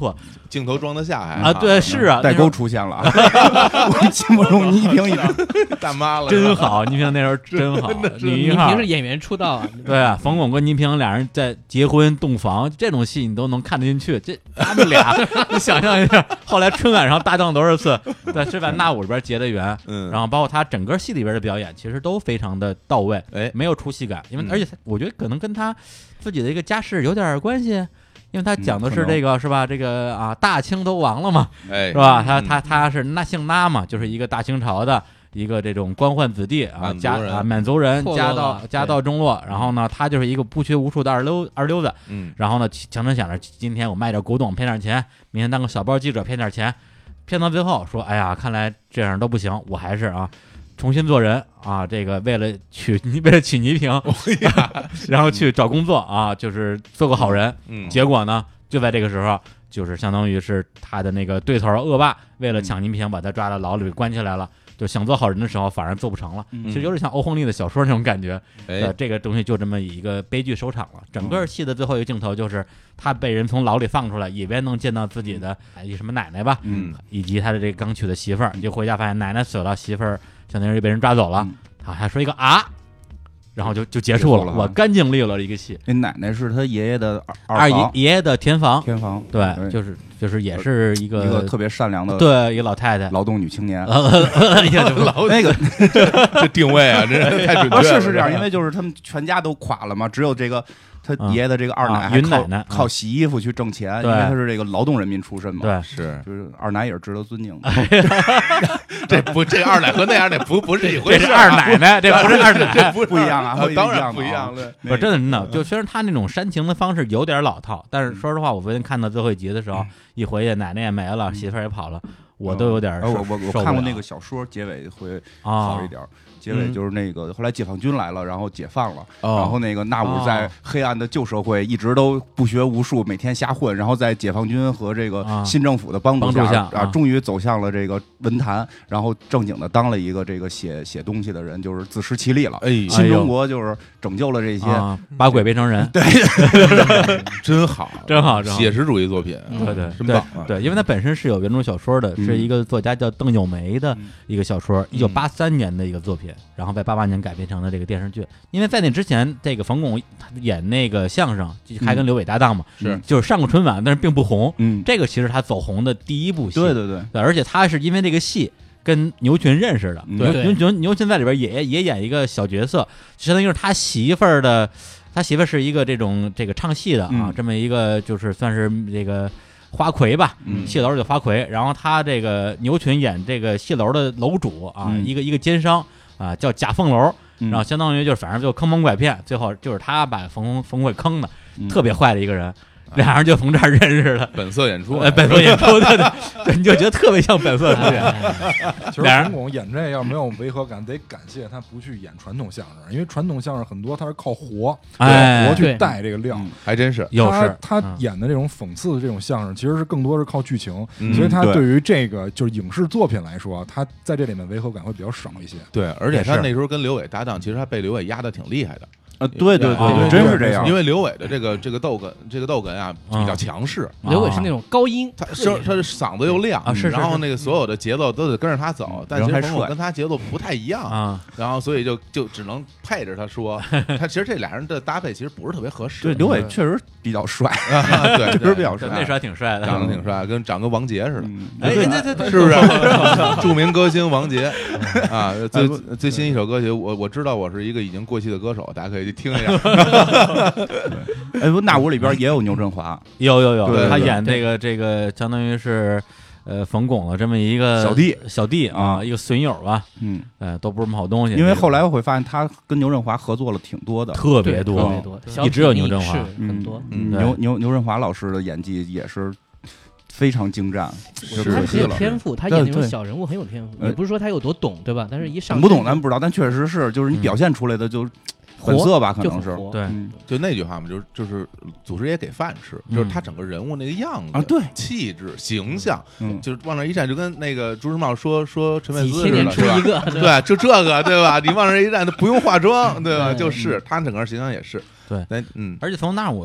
镜头装得下还啊，对，是啊， 代沟出现了，我心目中倪萍大妈了， 真好，倪萍那时候真好， 倪萍是演员出道啊， 对啊，冯巩跟倪萍俩人在结婚洞房这种戏你都能看得进去，这他们俩你想象一下，后来春晚上搭档多少次，在《师范大舞》里边结的缘，然后包括他整个戏里边的表演，其实都非常的到位，没有出戏感，因为而且我觉得可能跟他自己的一个家世有点关系，因为他讲的是这个是吧？这个啊，大清都亡了嘛，是吧？他是姓那嘛，就是一个大清朝的一个这种官宦子弟啊，满族人家道中落，然后呢，他就是一个不学无术的二流子，然后呢，强撑想着今天我卖点古董骗点钱，明天当个小报记者骗点钱，骗到最后说，哎呀，看来这样都不行，我还是啊。重新做人啊！这个为了娶倪萍，然后去找工作啊，就是做个好人。结果呢，就在这个时候，就是相当于是他的那个对头恶霸，为了抢倪萍，把他抓到牢里关起来了。就想做好人的时候，反而做不成了。其实有点像欧亨利的小说那种感觉。这个东西就这么以一个悲剧收场了。整个戏的最后一个镜头就是他被人从牢里放出来，以为能见到自己的什么奶奶吧，以及他的这个刚娶的媳妇儿。就回家发现奶奶死了，媳妇儿相当于被人抓走了。他还说一个啊。然后就结束了，我干净利落的一个戏。 那奶奶是他爷爷的爷爷的田房，对，就是也是一个特别善良的， 对，一个老太太， 劳动女青年。 那个这定位啊，这太准确了。 是这样，因为就是他们全家都垮了嘛，只有这个他爷爷的这个二奶云奶奶靠洗衣服去挣钱，因为他是这个劳动人民出身嘛。 对， 就是二奶也是值得尊敬的。 这二奶和那二奶不是一回事， 这是二奶奶，这不是二奶， 不一样啊， 当然不一样了。 不是真的，就虽然他那种煽情的方式有点老套，但是说实话，我昨天看到最后一集的时候，一回去奶奶也没了，媳妇儿也跑了，我都有点我看过那个小说，结尾会好一点。结尾就是那个后来解放军来了，然后解放了，然后那个纳武在黑暗的旧社会一直都不学无术，每天瞎混，然后在解放军和这个新政府的帮助下终于走向了这个文坛，然后正经的当了一个这个写东西的人，就是自食其力了。新中国就是拯救了这些， 把鬼变成人， 对， 真好， 真好， 写实主义作品， 对， 真棒。 对，因为它本身是有原著小说的，是一个作家叫邓友梅的一个小说，1983年的一个作品。然后在88年改编成了这个电视剧，因为在那之前，这个冯巩演那个相声还跟刘伟搭档嘛，就是上过春晚，但是并不红。这个其实他走红的第一部戏， 对， 而且他是因为这个戏跟牛群认识的，牛群在里边也演一个小角色，相当于是他媳妇儿的，他媳妇儿是一个这个唱戏的啊，这么一个就是算是这个。花魁吧，戏楼的花魁，然后他这个牛群演这个戏楼的楼主啊，一个奸商啊，叫贾凤楼，然后相当于就是反正就坑蒙拐骗，最后就是他把冯巩坑的，特别坏的一个人。俩人就从这儿认识了， 本色演出， 本色演出，对，你就觉得特别像本色出演。 其实冯巩演这要没有违和感，得感谢他不去演传统相声，因为传统相声很多他是靠活去带这个料， 还真是。 他演的这种讽刺的这种相声，其实是更多是靠剧情，所以他对于这个就是影视作品来说，他在这里面违和感会比较少一些。 对，而且他那时候跟刘伟搭档，其实他被刘伟压得挺厉害的。 对，真是这样。 因为刘伟的这个逗哏啊比较强势， 刘伟是那种高音， 他的嗓子又亮啊， 然后那个所有的节奏都得跟着他走，但其实冯巩跟他节奏不太一样啊，然后所以就只能配着他说，他其实这俩人的搭配其实不是特别合适。 对，刘伟确实比较帅， 对， 确实比较帅， 那时候还挺帅的， 长得挺帅，长跟王杰似的， 对， 是不是？著名歌星王杰啊，最新一首歌曲，我知道我是一个已经过气的歌手，大家可以去听一下。 哎，不，那屋里边也有牛振华， 有，他演这个相当于是冯巩的这么一个小弟啊，一个损友吧，都不是什么好东西。 因为后来我会发现他跟牛振华合作了挺多的， 特别多，一直有牛振华很多。 牛振华老师的演技也是非常精湛， 他很有天赋，他演那种小人物很有天赋。也不是说他有多懂，对吧？但是一上不懂咱不知道，但确实是，就是你表现出来的就。本色吧，可能是对， 就那句话嘛，就是祖师爷给饭吃，就是他整个人物那个样子啊，对， 气质形象，就是往那一站，就跟那个朱时茂说陈佩斯似的，是吧？ 对，就这个，对吧？你往那一站，他不用化妆，对吧？就是他整个形象也是对， 而且从那我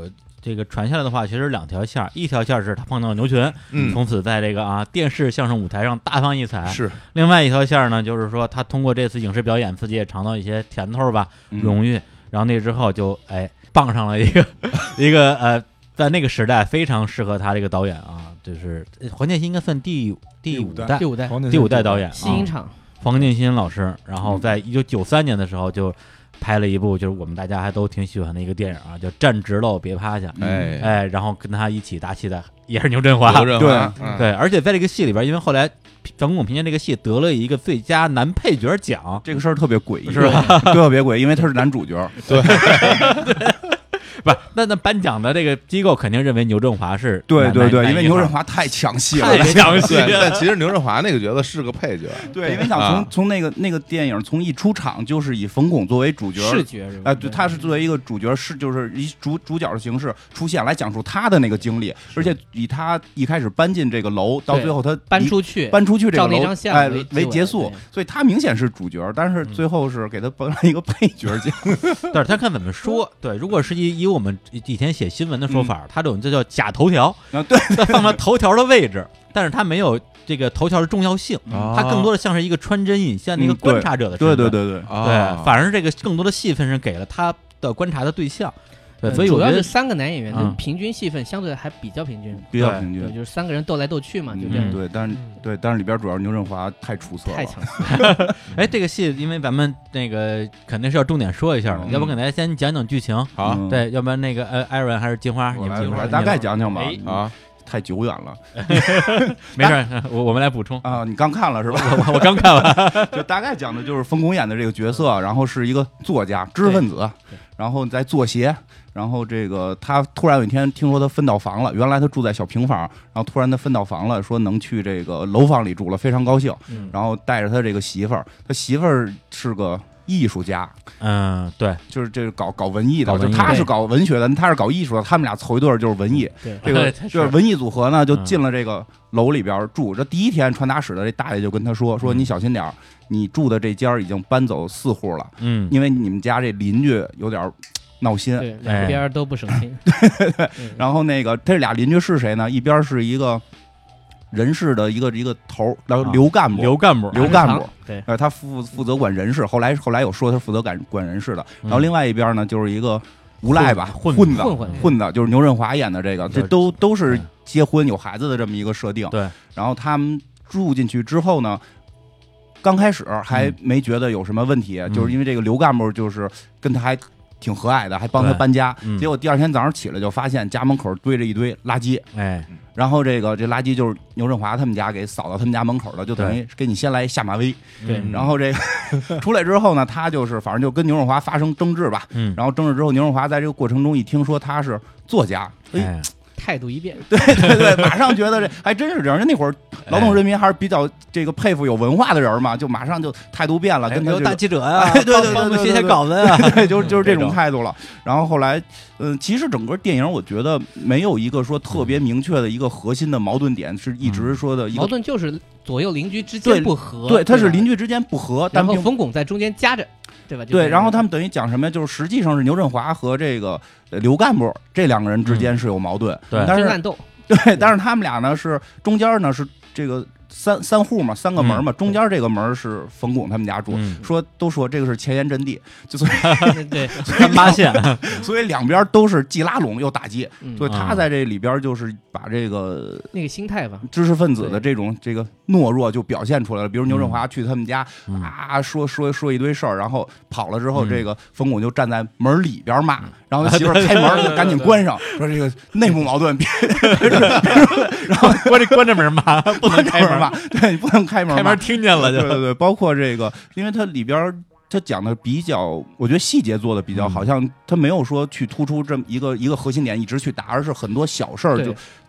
这个传下来的话，其实2条线，一条线是他碰到牛群，从此在这个电视相声舞台上大放异彩。 是， 另外一条线呢，就是说他通过这次影视表演，自己也尝到一些甜头吧，荣誉。然后那之后就傍上了一个在那个时代非常适合他这个导演啊，就是黄建新应该算第五代导演， 新影厂黄建新老师。然后在1993年的时候就拍了一部就是我们大家还都挺喜欢的一个电影啊，叫《站直喽别趴下》。然后跟他一起搭戏的也是牛振华。对，而且在这个戏里边，因为后来冯巩凭借这个戏得了一个最佳男配角奖， 这个事儿特别诡异， 是吧？ 特别诡异，因为他是男主角。 对。不是，那颁奖的这个机构肯定认为牛振华是对，因为牛振华太抢戏了， 太抢戏了。 但其实牛振华那个角色是个配角， 对，因为想从那个电影从一出场就是以冯巩作为主角， 视觉是吧？对，他是作为一个主角，就是以主角的形式出现来讲述他的那个经历，而且以他一开始搬进这个楼，到最后他搬出去这个楼， 为结束，所以他明显是主角，但是最后是给他颁了一个配角奖。 但是他看怎么说，对，如果是以我们以前写新闻的说法，他这种就叫假头条， 对， 放到头条的位置，但是他没有这个头条的重要性，他更多的像是一个穿针引线的一个观察者的身份， 对， 反而这个更多的戏份是给了他的观察的对象。对，所以我觉得主要是3个男演员的平均戏份相对还比较平均， 对， 就是3个人斗来斗去嘛，就这样。 对，但是里边主要牛振华太出色了， 太强了。 这个戏因为咱们那个肯定是要重点说一下的，要不给大家先讲讲剧情？ 好， 对，要不然那个艾伦还是金花，你们大概讲讲吧。 啊， 太久远了， 没事，我们来补充啊。你刚看了是吧？ 我刚看了， 就大概讲的就是冯巩演的这个角色，然后是一个作家、知识分子，然后在做鞋。然后这个他突然有一天听说他分到房了，原来他住在小平房，然后突然他分到房了，说能去这个楼房里住了，非常高兴。然后带着他这个媳妇儿，他媳妇儿是个艺术家， 对， 就是这个搞文艺的，就他是搞文学的，他是搞艺术的，他们俩凑一对儿就是文艺。这个就是文艺组合呢，就进了这个楼里边住。这第一天传达室的这大爷就跟他说你小心点，你住的这家已经搬走4户了，因为你们家这邻居有点闹心， 对，两边都不省心。 对，然后那个这俩邻居是谁呢？一边是一个人事的一个头，然后刘干部， 对， 他负责管人事，后来有说他负责管人事的。然后另外一边呢，就是一个无赖吧，混子，就是牛振华演的这个，这都是结婚有孩子的这么一个设定。 对， 然后他们住进去之后呢，刚开始还没觉得有什么问题，就是因为这个刘干部就是跟他还挺和蔼的，还帮他搬家。结果第2天早上起来就发现家门口堆着一堆垃圾，然后这垃圾就是牛振华他们家给扫到他们家门口的，就等于给你先来下马威。 对， 然后这个出来之后呢，他就是反正就跟牛振华发生争执吧。然后争执之后，牛振华在这个过程中一听说他是作家， 态度一变， 对，马上觉得这还真是这样。那会儿劳动人民还是比较这个佩服有文化的人嘛，就马上就态度变了，跟他有大记者呀， 对， 写稿子呀， 对，就是这种态度了。然后后来，其实整个电影我觉得没有一个说特别明确的一个核心的矛盾点，是一直说的一个矛盾就是左右邻居之间不和， 对，他是邻居之间不和， 然后冯巩在中间夹着。对吧？ 对，然后他们等于讲什么呀？就是实际上是牛振华和这个刘干部这2个人之间是有矛盾， 对， 但是暗斗， 对，但是他们俩呢是中间呢是这个三户嘛，3个门嘛，中间这个门是冯巩他们家住，都说这个是前沿阵地，就所以对发现， 所以2边都是既拉拢又打击，所以他在这里边就是把这个那个心态吧， 知识分子的这个懦弱就表现出来了。比如牛振华去他们家说一堆事儿，然后跑了之后，这个冯巩就站在门里边骂，然后他媳妇开门就赶紧关上，说这个内部矛盾，然后关着门骂，不能开门骂。 对，你不能开门， 开门听见了就对，包括这个，因为它里边他讲的比较，我觉得细节做的比较好，像他没有说去突出这么一个核心点一直去打，而是很多小事儿就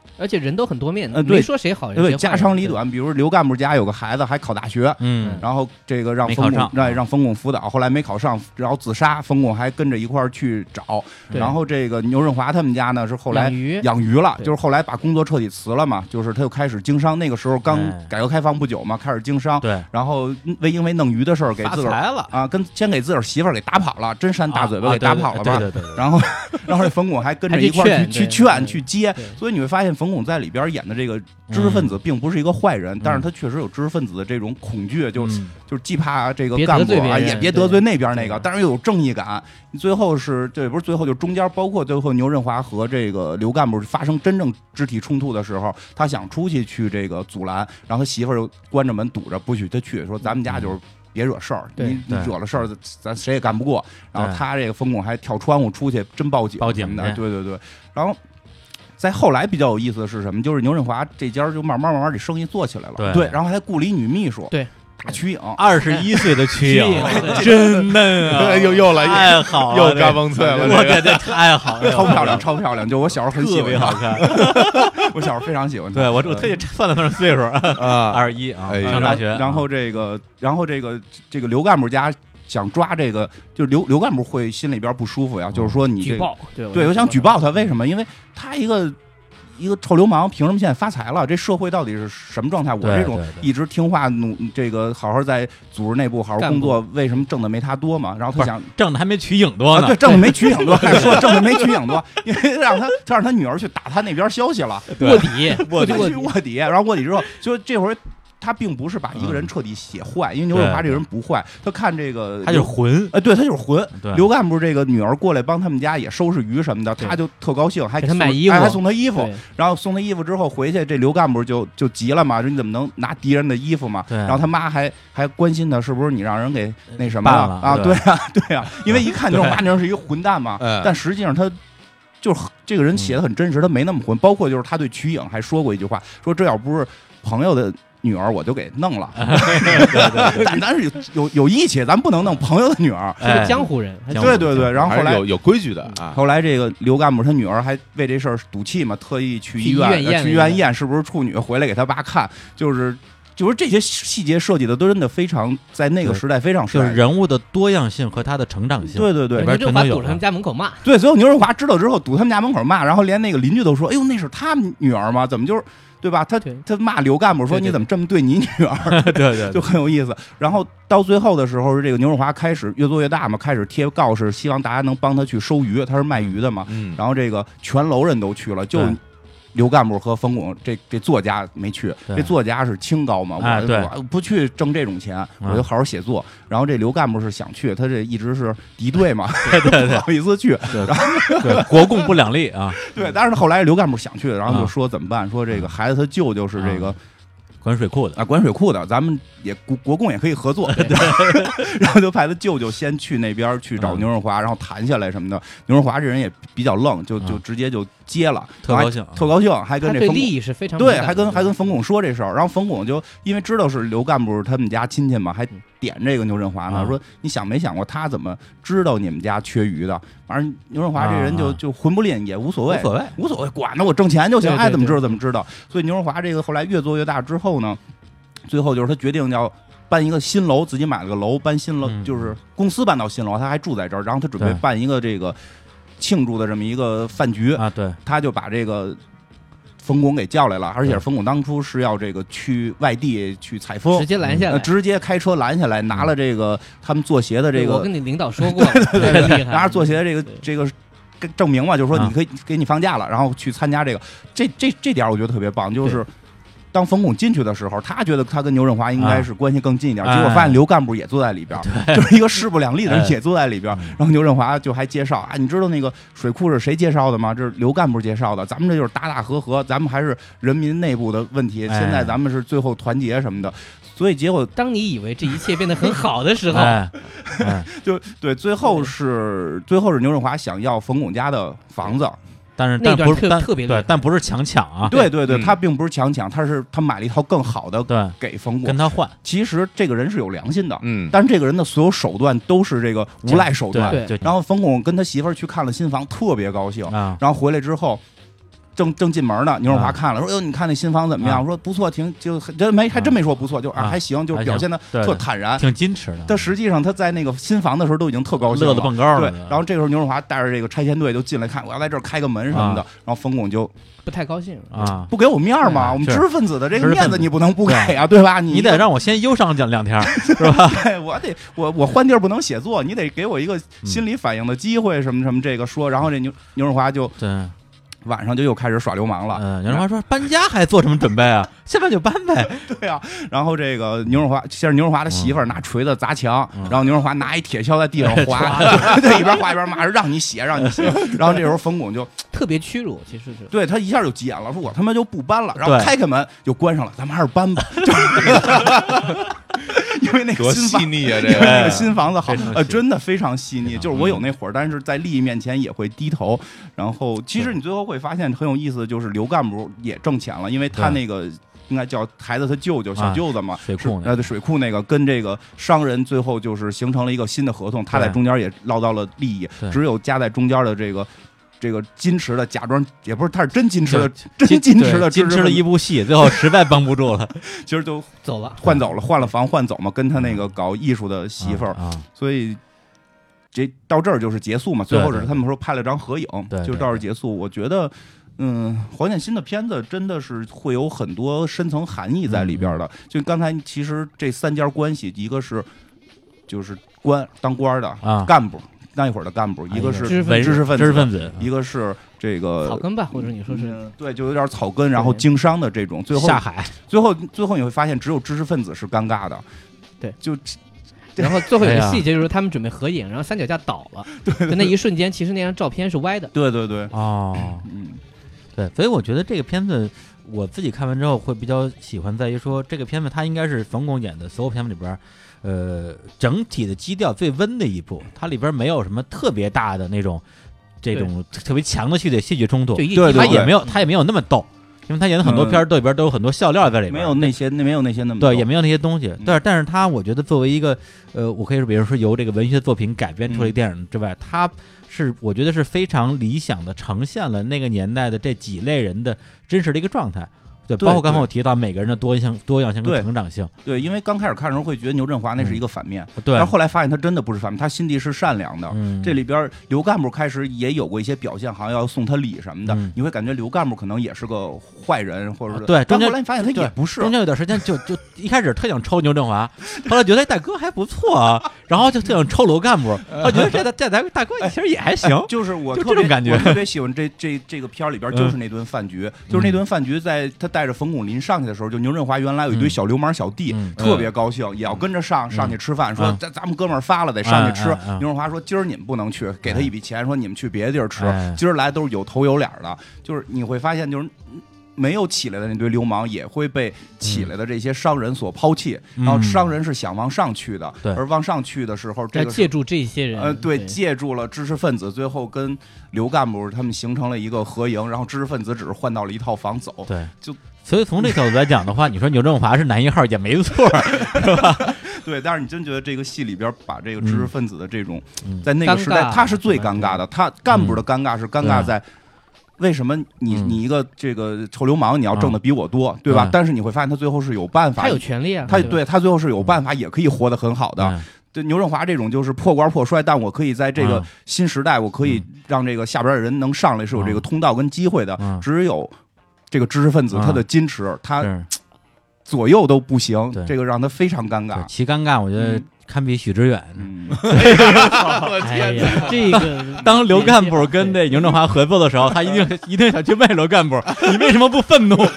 而且人都很多面， 没说谁好人对，家长里短，比如刘干部家有个孩子还考大学，然后这个让冯巩辅导，后来没考上，然后自杀，冯巩还跟着一块儿去找，然后这个牛润华他们家呢是后来养鱼了，就是后来把工作彻底辞了嘛，就是他又开始经商，那个时候刚改革开放不久嘛，开始经商， 对， 然后因为弄鱼的事儿给自个儿啊，先给自个儿媳妇儿给打跑了，真扇大嘴巴给打跑了吧， 对， 然后这冯巩还跟着一块儿去劝去接，所以你会发现冯巩在里边演的这个知识分子并不是一个坏人，但是他确实有知识分子的这种恐惧，就是既怕这个干部啊，也别得罪那边那个，但是又有正义感。最后是对，不是最后就中间包括最后牛润华和这个刘干部发生真正肢体冲突的时候，他想出去这个阻拦，然后他媳妇儿又关着门堵着不许他去，说咱们家就是别惹事儿，你惹了事儿咱谁也干不过。然后他这个冯巩还跳窗户出去真报警的，对，然后。在后来比较有意思的是什么？就是牛润华这家就慢慢这生意做起来了，对，然后还雇了一女秘书， 对， 大瞿颖 ，21岁的瞿颖，真嫩啊， 又来太好了， 又嘎嘣脆了， 我觉得太好了， 超漂亮，就我小时候很喜欢， 特别好看， 我小时候非常喜欢她， 对我特意算了算岁数啊，21啊，上大学， 然后这个刘干部家。想抓这个，就是刘干部会心里边不舒服呀，就是说你举报， 对，我想举报他，为什么？因为他一个臭流氓，凭什么现在发财了？这社会到底是什么状态？我这种一直听话这个好好在组织内部好好工作，为什么挣的没他多嘛？然后他想挣的还没瞿颖多呢， 对，挣的没瞿颖多，还说挣的没瞿颖多，因为让他女儿去打他那边消息了， 卧底， 卧底，然后卧底之后，就这会儿。他并不是把一个人彻底写坏，因为牛润华这个人不坏，他看这个他就是混， 对他就是混。刘干部这个女儿过来帮他们家也收拾鱼什么的，他就特高兴，还给他买衣服， 还送他衣服。然后送他衣服之后回去，这刘干部就急了嘛，说你怎么能拿敌人的衣服嘛？然后他妈还关心他是不是你让人给那什么了啊？对啊，因为一看牛润华那人是一个混蛋嘛，但实际上他。就是这个人写的很真实，他没那么混。包括就是他对瞿颖还说过一句话，说这要不是朋友的女儿，我就给弄了。但咱是有义气，咱不能弄朋友的女儿， 是个江湖人。 对。然后后来有规矩的啊。 后来这个刘干部他女儿还为这事儿赌气嘛，特意去医院验是不是处女，回来给他爸看，就是这些细节设计的都真的非常，在那个时代非常帅， 就是人物的多样性和他的成长性。 对， 牛润华堵他们家门口骂。 对，最后牛润华知道之后堵他们家门口骂，然后连那个邻居都说：“哎呦，那是他女儿吗？怎么就是对吧？”他骂刘干部说：“你怎么这么对你女儿？” 对， 就很有意思。然后到最后的时候，这个牛润华开始越做越大嘛，开始贴告示，希望大家能帮他去收鱼，他是卖鱼的嘛。然后这个全楼人都去了，就。刘干部和冯巩这作家没去，这作家是清高嘛，我不去挣这种钱，我就好好写作。然后这刘干部是想去，他这一直是敌对嘛， 对， 不好意思去。然后国共不两立啊， 对。但是后来刘干部想去，然后就说怎么办？说这个孩子他舅舅是这个。 管水库的啊，管水库的，咱们也国共也可以合作，对。然后就派他舅舅先去那边去找牛润华，然后谈下来什么的。牛润华这人也比较愣，就直接就接了， 特高兴， 还跟这对利益是非常对，还跟冯巩说这事儿。然后冯巩就因为知道是刘干部他们家亲戚嘛，还点这个牛润华呢，说你想没想过他怎么知道你们家缺鱼的？反正牛润华这人就混不吝也无所谓，管他我挣钱就行，爱怎么知道怎么知道。所以牛润华这个后来越做越大之后呢，最后就是他决定要办一个新楼，自己买了个楼，搬新楼，就是公司搬到新楼，他还住在这儿，然后他准备办一个这个庆祝的这么一个饭局啊，对， 他就把这个冯巩给叫来了，而且冯巩当初是要这个去外地去采风， 直接拦下来， 直接开车拦下来，拿了这个他们做鞋的这个， 我跟你领导说过， 对，拿着做鞋的这个证明嘛，就是说你可以给你放假了，然后去参加这个，这点我觉得特别棒，就是。当冯巩进去的时候，他觉得他跟牛润华应该是关系更近一点，结果发现刘干部也坐在里边，就是一个势不两立的人也坐在里边。然后牛润华就还介绍啊，你知道那个水库是谁介绍的吗？这是刘干部介绍的。咱们这就是打和，咱们还是人民内部的问题。现在咱们是最后团结什么的，所以结果当你以为这一切变得很好的时候， 就对，最后是牛润华想要冯巩家的房子。 但不是特别对，但不是强抢啊！ 对，他并不是强抢，他买了一套更好的， 对， 给冯巩跟他换。 其实这个人是有良心的，但是这个人的所有手段都是这个无赖手段。 对。 然后冯巩跟他媳妇儿去看了新房，特别高兴。然后回来之后， 正进门呢，牛润华看了说：“哟，你看那新房怎么样？”说不错，还真没说不错，就还行，就表现的特坦然， 挺矜持的。 但实际上他在那个新房的时候都已经特高兴了， 乐得蹦高了。对，然后这个时候牛润华带着这个拆迁队就进来看，我要在这儿开个门什么的，然后冯巩就不太高兴啊， 不给我面嘛，我们知识分子的这个面子你不能不给啊，对吧？ 你得让我先忧伤2天，是吧？ 对，我换地儿不能写作，你得给我一个心理反应的机会，什么这个说，然后这牛润华就对。 晚上就又开始耍流氓了。 牛润华说搬家还做什么准备啊？现在就搬呗。 对啊，然后这个牛润华先是牛润华的媳妇儿拿锤子砸墙，然后牛润华拿一铁锹在地上划，对，一边划一边骂说让你写。然后这时候冯巩就特别屈辱，其实是对他一下就急眼了，说我他妈就不搬了，然后开门就关上了，咱们还是搬吧。因为那个新细腻啊， 这个那个新房子好，真的非常细腻。就是我有那会儿，但是在利益面前也会低头。然后其实你最后会发现很有意思，就是刘干部也挣钱了，因为他那个应该叫孩子他舅舅小舅子嘛，水库那个跟这个商人最后就是形成了一个新的合同，他在中间也捞到了利益，只有夹在中间的这个矜持的假装，也不是，他是真矜持的，真矜持的， 矜持了一部戏，最后实在绷不住了， 其实就走了， 换了房换走嘛，跟他那个搞艺术的媳妇儿，所以这到这儿就是结束嘛。最后只是他们说拍了张合影，就到这儿结束。我觉得，黄建新的片子真的是会有很多深层含义在里边的。就刚才其实这3家关系，一个是就是当官的干部。那一会儿的干部，一个是知识分子，一个是这个草根吧，或者你说是对，就有点草根，然后经商的这种，最后下海， 最后你会发现，只有知识分子是尴尬的， 对， 就然后最后有个细节就是他们准备合影，然后三脚架倒了， 对， 那一瞬间，其实那张照片是歪的， 对， 哦，对，所以我觉得这个片子我自己看完之后会比较喜欢，在于说这个片子它应该是冯巩演的所有片子里边。整体的基调最温的一部，它里边没有什么特别大的那种这种特别强的戏剧冲突， 对， 它也没有那么逗，因为他演的很多片里边都有很多笑料在里边， 没有那些那么对，也没有那些东西。但是他我觉得作为一个我可以说，比如说由这个文学作品改编出来的电影之外，他是我觉得是非常理想的呈现了那个年代的这几类人的真实的一个状态。对，包括刚才我提到每个人的多样性跟成长性。 对，因为刚开始看的时候会觉得牛振华那是一个反面， 对， 但后来发现他真的不是反面，他心地是善良的。这里边刘干部开始也有过一些表现，好像要送他礼什么的，你会感觉刘干部可能也是个坏人，或者是对。 但后来你发现他也不是， 中间有段时间就一开始特想抽牛振华，后来觉得大哥还不错啊，然后就特想抽刘干部，我觉得这大哥其实也还行， 就是我这种感觉， 我特别喜欢这个片里边就是那顿饭局，就是那顿饭局在他带着冯巩林上去的时候，就牛振华原来有一堆小流氓小弟，特别高兴，也要跟着上去吃饭，说咱们哥们儿发了得上去吃。牛振华说今儿你们不能去，给他一笔钱，说你们去别的地儿吃，今儿来都是有头有脸的。就是你会发现，就是没有起来的那堆流氓也会被起来的这些商人所抛弃，然后商人是想往上去的，而往上去的时候，这个借助这些人， 对，借助了知识分子，最后跟刘干部他们形成了一个合营，然后知识分子只是换到了一套房走， 对， 就。 所以从这角度来讲的话，你说牛振华是男一号也没错，是吧？ 对，但是你真觉得这个戏里边把这个知识分子的这种，在那个时代他是最尴尬的，他干部的尴尬是尴尬在为什么你一个这个臭流氓你要挣的比我多，对吧？但是你会发现他最后是有办法， 他有权利啊， 他最后是有办法也可以活得很好的。对，牛振华这种就是破罐破摔，但我可以在这个新时代，我可以让这个下边的人能上来，是有这个通道跟机会的，只有。这个知识分子他的矜持，他左右都不行，这个让他非常尴尬。 其尴尬，我觉得堪比许知远。 我天哪，这个当刘干部跟那牛振华合作的时候，他一定想去问刘干部，你为什么不愤怒？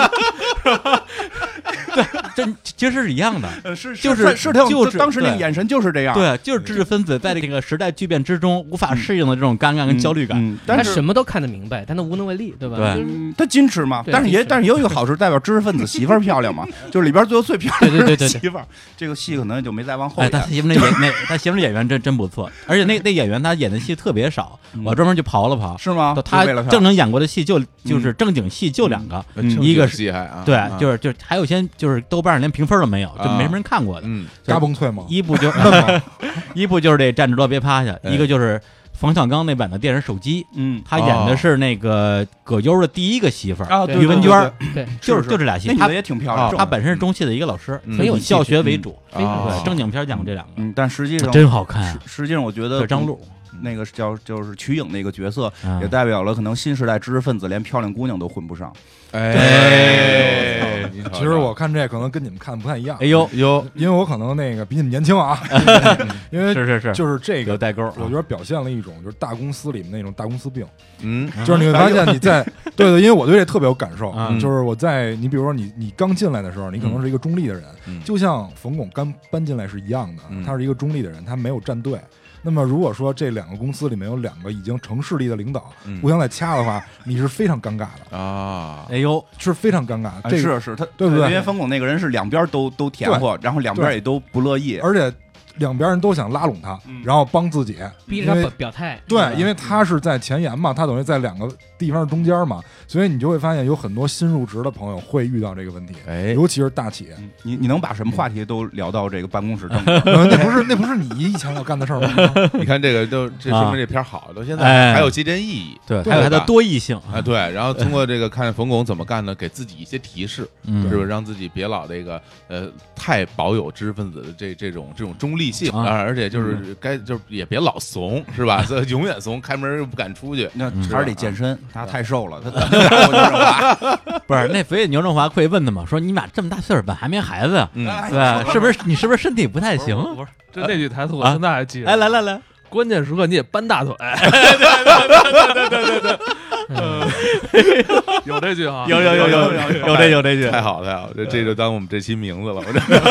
对，这其实是一样的， 就是当时那个眼神就是这样， 对，就是知识分子在这个时代巨变之中无法适应的这种尴尬跟焦虑感。 他什么都看得明白，但他无能为力，对吧？ 对， 他矜持嘛，但是也有一个好处，代表知识分子媳妇儿漂亮嘛，就是里边最后最漂亮的媳妇儿。这个戏可能就没再往后演。 他媳妇他媳妇演员真不错，而且那演员他演的戏特别少，我专门去刨了刨， 是吗？ 他正经演过的戏就是正经戏就2个，一个是对，就是还有些就是豆瓣上连评分都没有，就没什么人看过的。 嘎嘣脆吗？ 一部就是这站着说别趴下，一个就是冯小刚那版的电视手机，他演的是那个葛优的第一个媳妇儿于文娟， 对， 就这俩戏， 那女的也挺漂亮， 她本身是中戏的一个老师，以教学为主，对，正经片讲这两个， 但实际上真好看啊。 实际上我觉得张璐。 那个就是瞿颖那个角色，也代表了可能新时代知识分子连漂亮姑娘都混不上。 其实我看这可能跟你们看不太一样。 哎呦， 因为我可能那个比你们年轻啊，因为是就是这个有代沟， 我觉得表现了一种就是大公司里面那种大公司病。就是你会发现你在对，因为我对这特别有感受，就是我在你比如说你刚进来的时候，你可能是一个中立的人，就像冯巩刚搬进来是一样的，他是一个中立的人，他没有站队。那么如果说这两个公司里面有两个已经成势力的领导互相在掐的话，你是非常尴尬的啊！ 哎呦， 是非常尴尬。这是他对不对？因为冯巩那个人是两边都甜活，然后两边也都不乐意， 而且两边人都想拉拢他，然后帮自己， 逼着他表态。 对，因为他是在前沿嘛，他等于在两个地方中间嘛，所以你就会发现有很多新入职的朋友会遇到这个问题，尤其是大企业。 你能把什么话题都聊到这个办公室政治？那不是你以前要干的事儿吗？ 你看这个这说明这片好，到现在还有借鉴意义， 对，还有它的多义性啊，对。然后通过这个看冯巩怎么干呢，给自己一些提示，是不是让自己别老这个太保有知识分子的这种中立性啊，而且就是就是也别老怂，是吧？永远怂，开门又不敢出去， 那还是得健身，他太瘦了，他不是那肥牛振华会问他嘛，说你俩这么大岁数，还没孩子呀？对，是不是身体不太行？ 不是，这那句台词我现在还记着。 来， 关键时刻你也搬大腿。对，有这句啊， 有这句， 太好了，这就当我们这期名字了。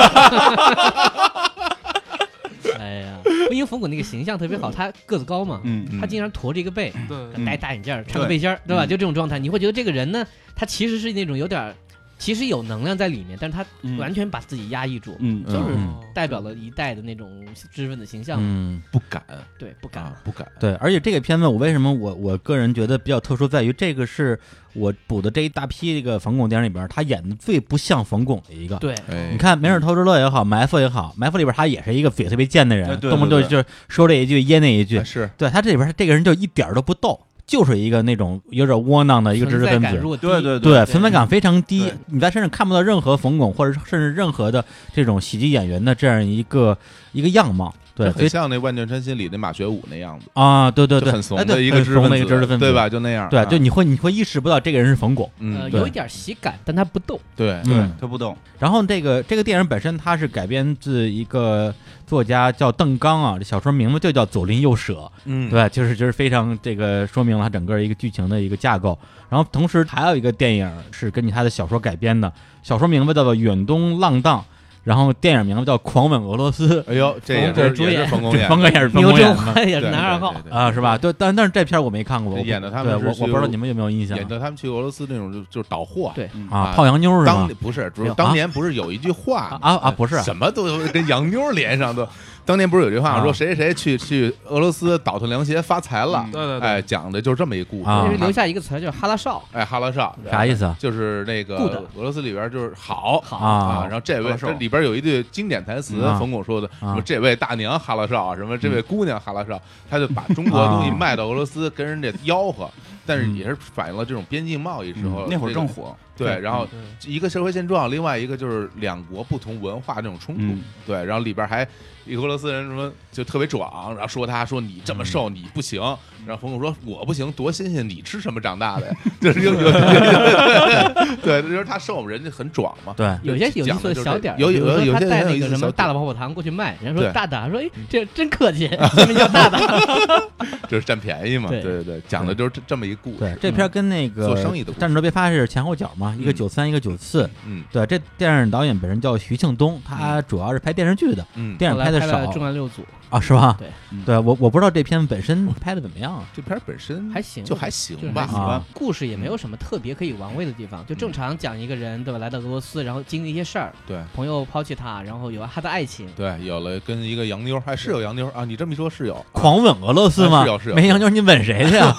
哎呀，因为冯巩那个形象特别好，他个子高嘛，他经常驼着一个背，戴大眼镜，穿个背心，对吧？就这种状态，你会觉得这个人呢，他其实是那种有点。其实有能量在里面，但是他完全把自己压抑住，就是代表了一代的那种知识分子形象， 不敢， 对，不敢， 对。而且这个片子，我为什么我个人觉得比较特殊，在于这个是我补的这一大批这个冯巩电影里边，他演的最不像冯巩的一个。 对， 你看《没事偷着乐》也好，《埋伏》也好，《埋伏》里边他也是一个嘴特别贱的人，动不动就说这一句噎那一句， 是对他这里边这个人就一点都不逗。就是一个那种有点窝囊的一个知识分子，对，存在感非常低。你在身上看不到任何冯巩或者甚至任何的这种喜剧演员的这样一个样貌。对， 很像那《万箭穿心》里的马学武那样子啊，对， 很怂的一个知识分子，对吧？就那样， 对，就你会意识不到这个人是冯巩， 有一点喜感，但他不逗， 对， 他不逗。 然后这个电影本身它是改编自一个作家叫邓刚啊，这小说名字就叫《左邻右舍》，对，就是非常这个说明了他整个一个剧情的一个架构。然后同时还有一个电影是根据他的小说改编的，小说名字叫做《远东浪荡》。然后电影名字叫《狂吻俄罗斯》， 哎呦，这也是冯巩演， 冯巩也是冯巩演的， 也是男二号啊，是吧？对，但是这片我没看过， 演的他们， 我不知道你们有没有印象？ 演的他们去俄罗斯那种就是倒货， 对啊，泡洋妞是吧？ 不是，当年不是有一句话啊，不是， 什么都跟洋妞连上都。当年不是有句话说谁去俄罗斯倒腾凉鞋发财了？ 对， 哎，讲的就是这么一故事。 因为留下一个词叫哈拉少， 哎，哈拉少啥意思？ 就是那个俄罗斯里边就是好啊。 然后这里边有一句经典台词，冯巩说的，说这位大娘哈拉少，什么这位姑娘哈拉少，他就把中国的东西卖到俄罗斯跟人家吆喝，但是也是反映了这种边境贸易时候那会儿正火。 对，然后一个社会现状，另外一个就是两国不同文化这种冲突。对，然后里边还一个俄罗斯人什么就特别壮，然后说你这么瘦你不行，然后冯巩说我不行，多新鲜，你吃什么长大的呀？就是对，就是他瘦，人家很壮嘛。 对， 有些有意思的小点， 有些他带那个什么大大泡泡糖过去卖，人家说大大，说哎这真客气，这名叫大大， 就是占便宜嘛。对，讲的就是这么一故事。 对，这片跟那个做生意的战争别发是前后脚嘛。一个93，一个94，对，这电影导演本身叫徐庆东，他主要是拍电视剧的，电影拍的少， 重案6组啊，是吧？ 对， 我不知道这片本身拍的怎么样， 这片本身还行， 就还行吧， 故事也没有什么特别可以玩味的地方，就正常讲一个人对吧，来到俄罗斯，然后经历一些事儿， 对， 朋友抛弃他，然后有他的爱情， 对，有了跟一个洋妞，还是有洋妞啊，你这么一说是有， 狂吻俄罗斯吗？ 是有， 没洋妞你吻谁去呀？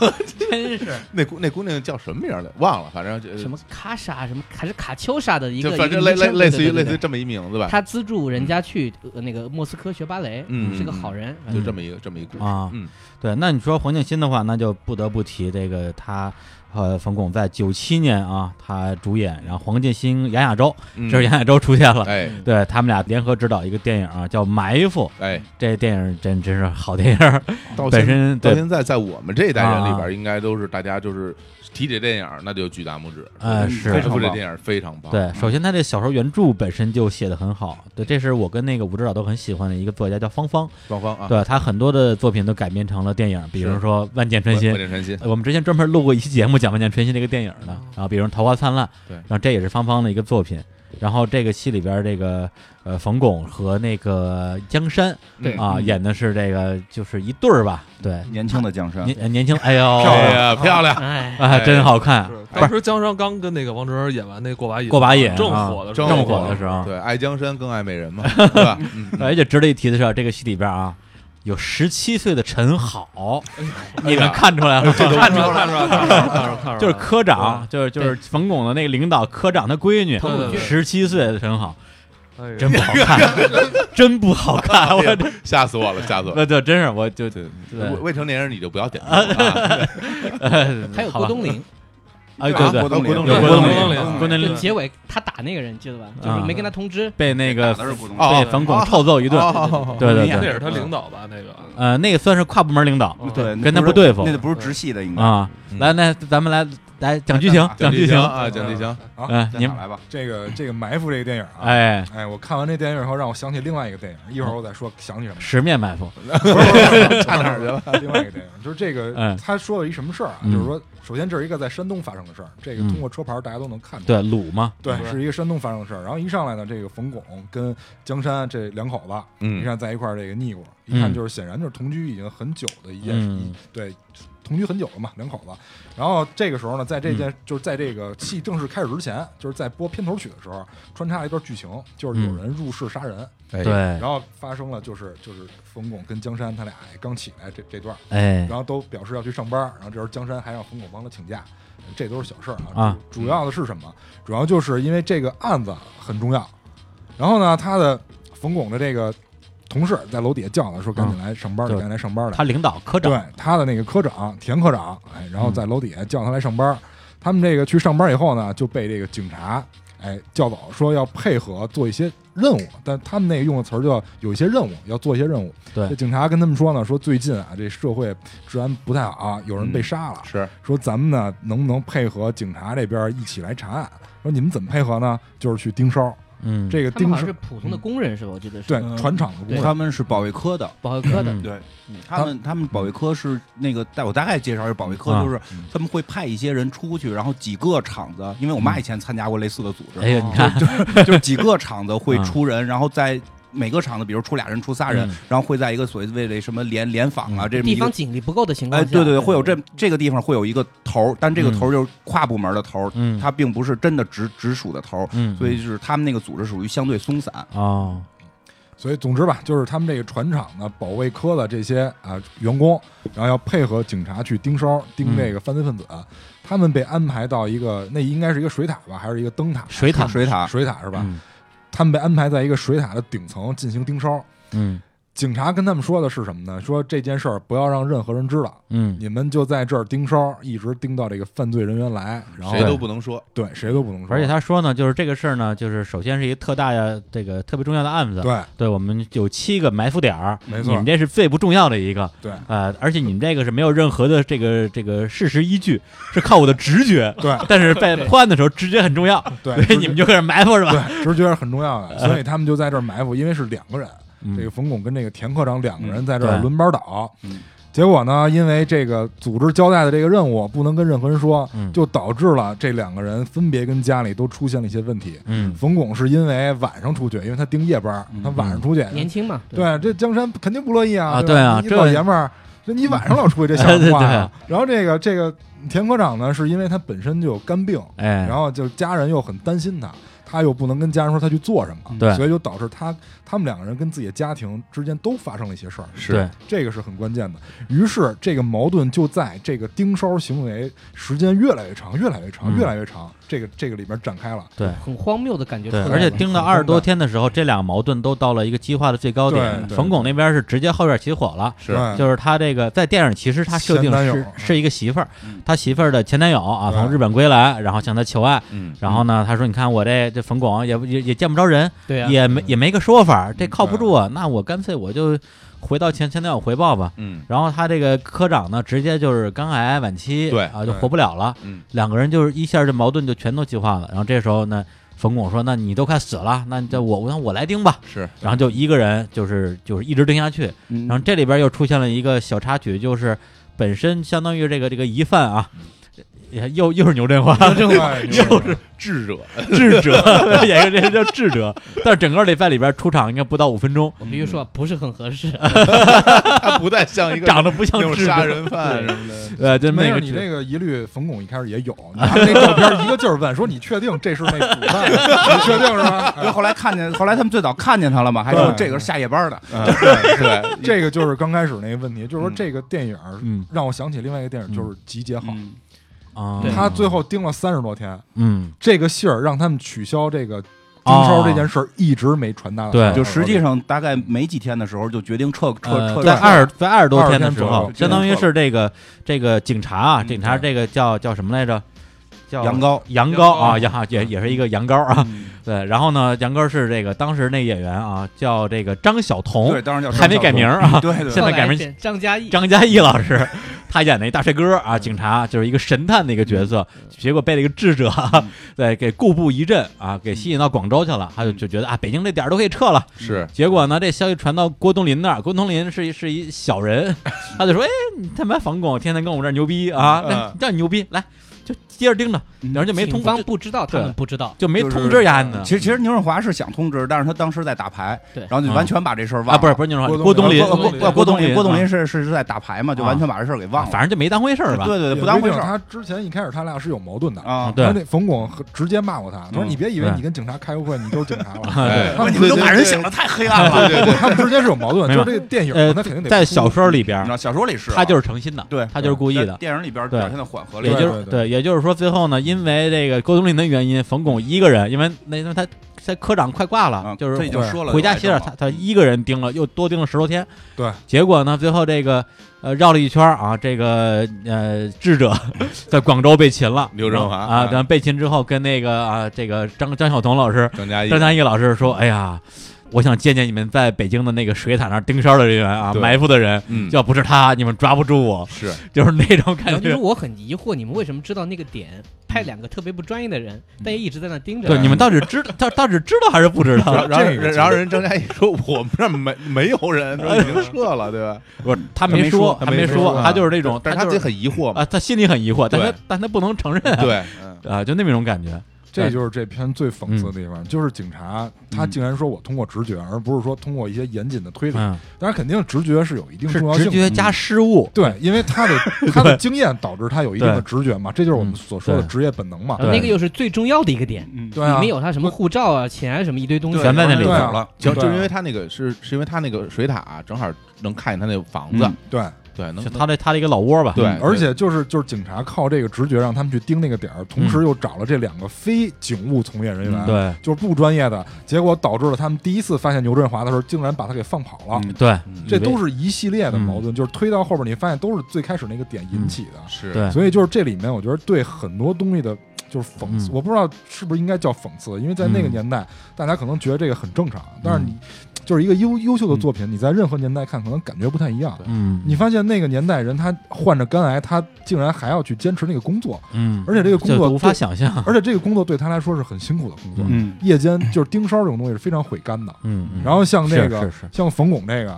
真是那姑娘叫什么名来忘了，反正什么卡莎什么还是卡秋莎的一个， 反正类似于这么一名字吧。 他资助人家去那个莫斯科学芭蕾，是个好人， 就这么一个故事啊。对，那你说黄建新的话，那就不得不提这个他。冯巩在97年啊，他主演，然后黄建新、杨亚洲，这是杨亚洲出现了，对他们俩联合执导一个电影啊，叫《埋伏》，这电影真是好电影，本身到现在在我们这一代人里边，应该都是大家就是提起电影那就举大拇指， 是埋伏这电影非常棒。 对，首先他这小说原著本身就写得很好，对，这是我跟那个武指导都很喜欢的一个作家叫方方啊， 对他很多的作品都改编成了电影，比如说《万箭穿心》，我们之前专门录过一期节目讲《万箭穿心》这个电影的，然后比如《桃花灿烂》， 对， 然后这也是方方的一个作品。然后这个戏里边这个冯巩和那个江山演的是这个就是一对儿吧，对， 年轻的江山， 年轻，哎呦， 漂亮， 哎，真好看。 当时江山刚跟那个王志文演完那过把瘾正火的时候， 对，爱江山更爱美人嘛，对吧？ 而且值得一提的是，这个戏里边啊。有17岁的陈好，你们看出来了？ 看出来， 就是科长，就是冯巩的那个领导科长他闺女，17岁的陈好，真不好看，真不好看，我吓死我了！ 对，真是我就未成年人你就不要点， 还有郭冬临。 哎，对， 郭冬临结尾他打那个人记得吧？就是没跟他通知， 被那个被冯巩臭揍一顿。对， 那也是他领导吧？那个那个算是跨部门领导， 对， 跟他不对付， 那不是直系的应该啊。来，那咱们来讲剧情啊， 讲剧情。 你们来吧。这个埋伏这个电影啊， 哎， 我看完这电影以后，让我想起另外一个电影，一会儿我再说想起什么。 十面埋伏， 差哪儿去了？另外一个电影就是这个，他说了一什么事儿啊？就是说，首先这是一个在山东发生的事儿，这个通过车牌大家都能看出来。 对，鲁嘛， 对，是一个山东发生的事儿。然后一上来呢，这个冯巩跟江山这两口子，你看在一块儿这个腻咕，一看就是显然就是同居已经很久的一件事，对。同居很久了嘛，两口子。然后这个时候呢，在就是在这个戏正式开始之前，就是在播片头曲的时候，穿插了一段剧情，就是有人入室杀人。 对。 然后发生了就是冯巩跟江山他俩刚起来这段，然后都表示要去上班，然后这时候江山还让冯巩帮他请假，这都是小事啊。主要的是什么？主要就是因为这个案子很重要。然后呢，冯巩的这个同事在楼底下叫他说：“赶紧来上班了，赶紧来上班了。” 他领导科长， 对他的那个科长田科长，然后在楼底下叫他来上班。他们这个去上班以后呢，就被这个警察叫走，说要配合做一些任务。但他们那个用的词儿叫有一些任务要做一些任务。 对， 这警察跟他们说呢，说最近啊，这社会治安不太好，有人被杀了。 是说咱们呢，能不能配合警察这边一起来查案？说你们怎么配合呢？就是去盯梢。这个盯梢是普通的工人是吧？我记得是对船厂的工人， 他们是保卫科的， 对， 他们保卫科是那个，我大概介绍一下保卫科，就是他们会派一些人出去，然后几个厂子，因为我妈以前参加过类似的组织， 哎呀，你看， 就是几个厂子会出人，然后在每个厂子，比如出俩人、出仨人，然后会在一个所谓的什么联访啊，这地方警力不够的情况下， 对，会有这个地方会有一个头，但这个头就是跨部门的头，他并不是真的直属的头，所以就是他们那个组织属于相对松散啊。 所以总之吧，就是他们这个船厂的保卫科的这些员工，然后要配合警察去盯梢盯这个犯罪分子。他们被安排到一个，那应该是一个水塔吧，还是一个灯塔？ 水塔是吧？他们被安排在一个水塔的顶层进行盯梢。警察跟他们说的是什么呢？说这件事儿不要让任何人知道。你们就在这儿盯梢，一直盯到这个犯罪人员来，然后谁都不能说。 对，谁都不能说。 而且他说呢，就是这个事儿呢，就是首先是一个特大的这个特别重要的案子。对，我们有7个埋伏点儿， 没错， 你们这是最不重要的一个。 对， 而且你们这个是没有任何的这个事实依据，是靠我的直觉。 对， 但是在破案的时候，直觉很重要。 对， 所以你们就开始埋伏是吧？ 对，直觉是很重要的，所以他们就在这儿埋伏，因为是2个人。这个冯巩跟这个田科长2个人在这儿轮班倒，结果呢，因为这个组织交代的这个任务不能跟任何人说，就导致了这2个人分别跟家里都出现了一些问题。冯巩是因为晚上出去，因为他盯夜班，他晚上出去， 年轻嘛， 对，这江山肯定不乐意啊， 对啊， 你老爷们儿，你晚上老出去，这像话啊。然后这个田科长呢，是因为他本身就有肝病，然后就家人又很担心他。 他又不能跟家人说他去做什么， 对， 所以就导致他们两个人跟自己的家庭之间都发生了一些事儿， 是这个是很关键的。于是这个矛盾就在这个盯梢行为时间越来越长，越来越长，越来越长，这个里边展开了， 对， 很荒谬的感觉。 对，而且盯了20多天的时候，这两个矛盾都到了一个激化的最高点。冯巩那边是直接后院起火了，就是他这个在电影其实他设定是一个媳妇儿，他媳妇儿的前男友啊从日本归来，然后向他求爱，然后呢他说你看我这冯巩也见不着人， 对啊， 也没个说法，这靠不住啊，那我干脆我就回到前男友回报吧。然后他这个科长呢直接就是肝癌晚期， 对啊就活不了了，两个人就是一下这矛盾就全都激化了。然后这时候呢冯巩说那你都快死了，那我来盯吧， 是， 然后就一个人就是一直盯下去。然后这里边又出现了一个小插曲，就是本身相当于这个疑犯啊，又是牛振华，又是智者， 演一个人叫智者，但是整个在里边出场应该不到5分钟。 我必须说不是很合适， 他不太像一个长得不像杀人犯什么的。 就没有你这个疑虑，冯巩一开始也有，你看那照片一个劲儿问说你确定这是那主犯？你确定是吧？ 因为后来他们最早看见他了嘛，还说这个是下夜班的。 对， 这个就是刚开始那个问题，就是说这个电影让我想起另外一个电影，就是《集结号》。他最后盯了30多天，这个信儿让他们取消这个盯梢这件事儿一直没传达。 对， 就实际上大概没几天的时候就决定撤。 在20多天的时候，相当于是这个警察这个叫什么来着？叫杨高啊，也是一个杨高啊。对，然后呢，杨高是这个当时那演员啊，叫这个张晓彤， 对，当时叫还没改名啊， 对， 现在改名张嘉译老师，他演的一大帅哥啊，警察就是一个神探的一个角色，结果被这个智者对给故布疑阵啊，给吸引到广州去了，他就觉得啊，北京这点都可以撤了， 是， 结果呢，这消息传到郭冬临那儿，郭冬临是一小人，他就说，哎，你他妈冯巩天天跟我们这儿牛逼啊，那这样牛逼，来。就接着盯着，然后就没通知， 警方不知道，他们不知道， 就没通知丫呢。 其实牛振华是想通知，但是他当时在打牌， 对， 然后就完全把这事儿忘了。 不是牛振华，郭冬临是在打牌嘛，就完全把这事儿给忘了， 反正就没当回事儿吧。 对，不当回事儿。 他之前一开始他俩是有矛盾的啊， 对， 那冯巩直接骂过他，他说你别以为你跟警察开个会，你就是警察了。 你们都把人想的太黑暗了。 对， 他们之间是有矛盾，就是这个电影他肯定得在小说里边， 小说里是他就是诚心的， 对他就是故意的。 电影里边表现的缓和了， 也就是说最后呢。因为这个郭冬临的原因，冯巩一个人，因为他科长快挂了，就是已经说了回家歇着，他一个人盯了，又多盯了10多天。 对， 结果呢，最后这个绕了一圈啊，这个智者在广州被擒了， 刘振华啊，然后被擒之后跟那个啊这个张晓彤老师、张嘉译老师说，哎呀。我想见见你们在北京的那个水塔那儿盯梢的人员啊，埋伏的人，要不是他，你们抓不住我，就是那种感觉。 就是我很疑惑，你们为什么知道那个点，派2个特别不专业的人，但也一直在那盯着。 对，你们到底知道还是不知道？ 然后人张嘉译说，我们这没有人，说已经撤了，对吧？ 不是，他没说，他就是那种， 但是他自己很疑惑嘛， 他心里很疑惑，但他不能承认， 对， 就那么一种感觉。 这就是这篇最讽刺的地方，就是警察他竟然说我通过直觉，而不是说通过一些严谨的推理。当然，肯定直觉是有一定重要性的， 直觉加失误。 对，因为他的经验导致他有一定的直觉嘛，这就是我们所说的职业本能嘛。 那个又是最重要的一个点， 对啊， 里面有他什么护照啊、钱啊什么一堆东西， 全在那里边了。 就因为他那个是因为他那个水塔正好能看见他那个房子， 对。 对，能他的一个老窝吧。 对， 而且就是警察靠这个直觉让他们去盯那个点儿，同时又找了这2个非警务从业人员， 对， 就是不专业的，结果导致了他们第一次发现牛振华的时候，竟然把他给放跑了。 对， 这都是一系列的矛盾，就是推到后边你发现都是最开始那个点引起的。 是， 对， 所以就是这里面我觉得对很多东西的。就是讽刺，我不知道是不是应该叫讽刺，因为在那个年代，大家可能觉得这个很正常，但是你就是一个优秀的作品，你在任何年代看可能感觉不太一样。你发现那个年代人他患着肝癌，他竟然还要去坚持那个工作，而且这个工作无法想象， 而且这个工作对他来说是很辛苦的工作，夜间就是盯梢这种东西是非常毁肝的，然后像那个像冯巩这个。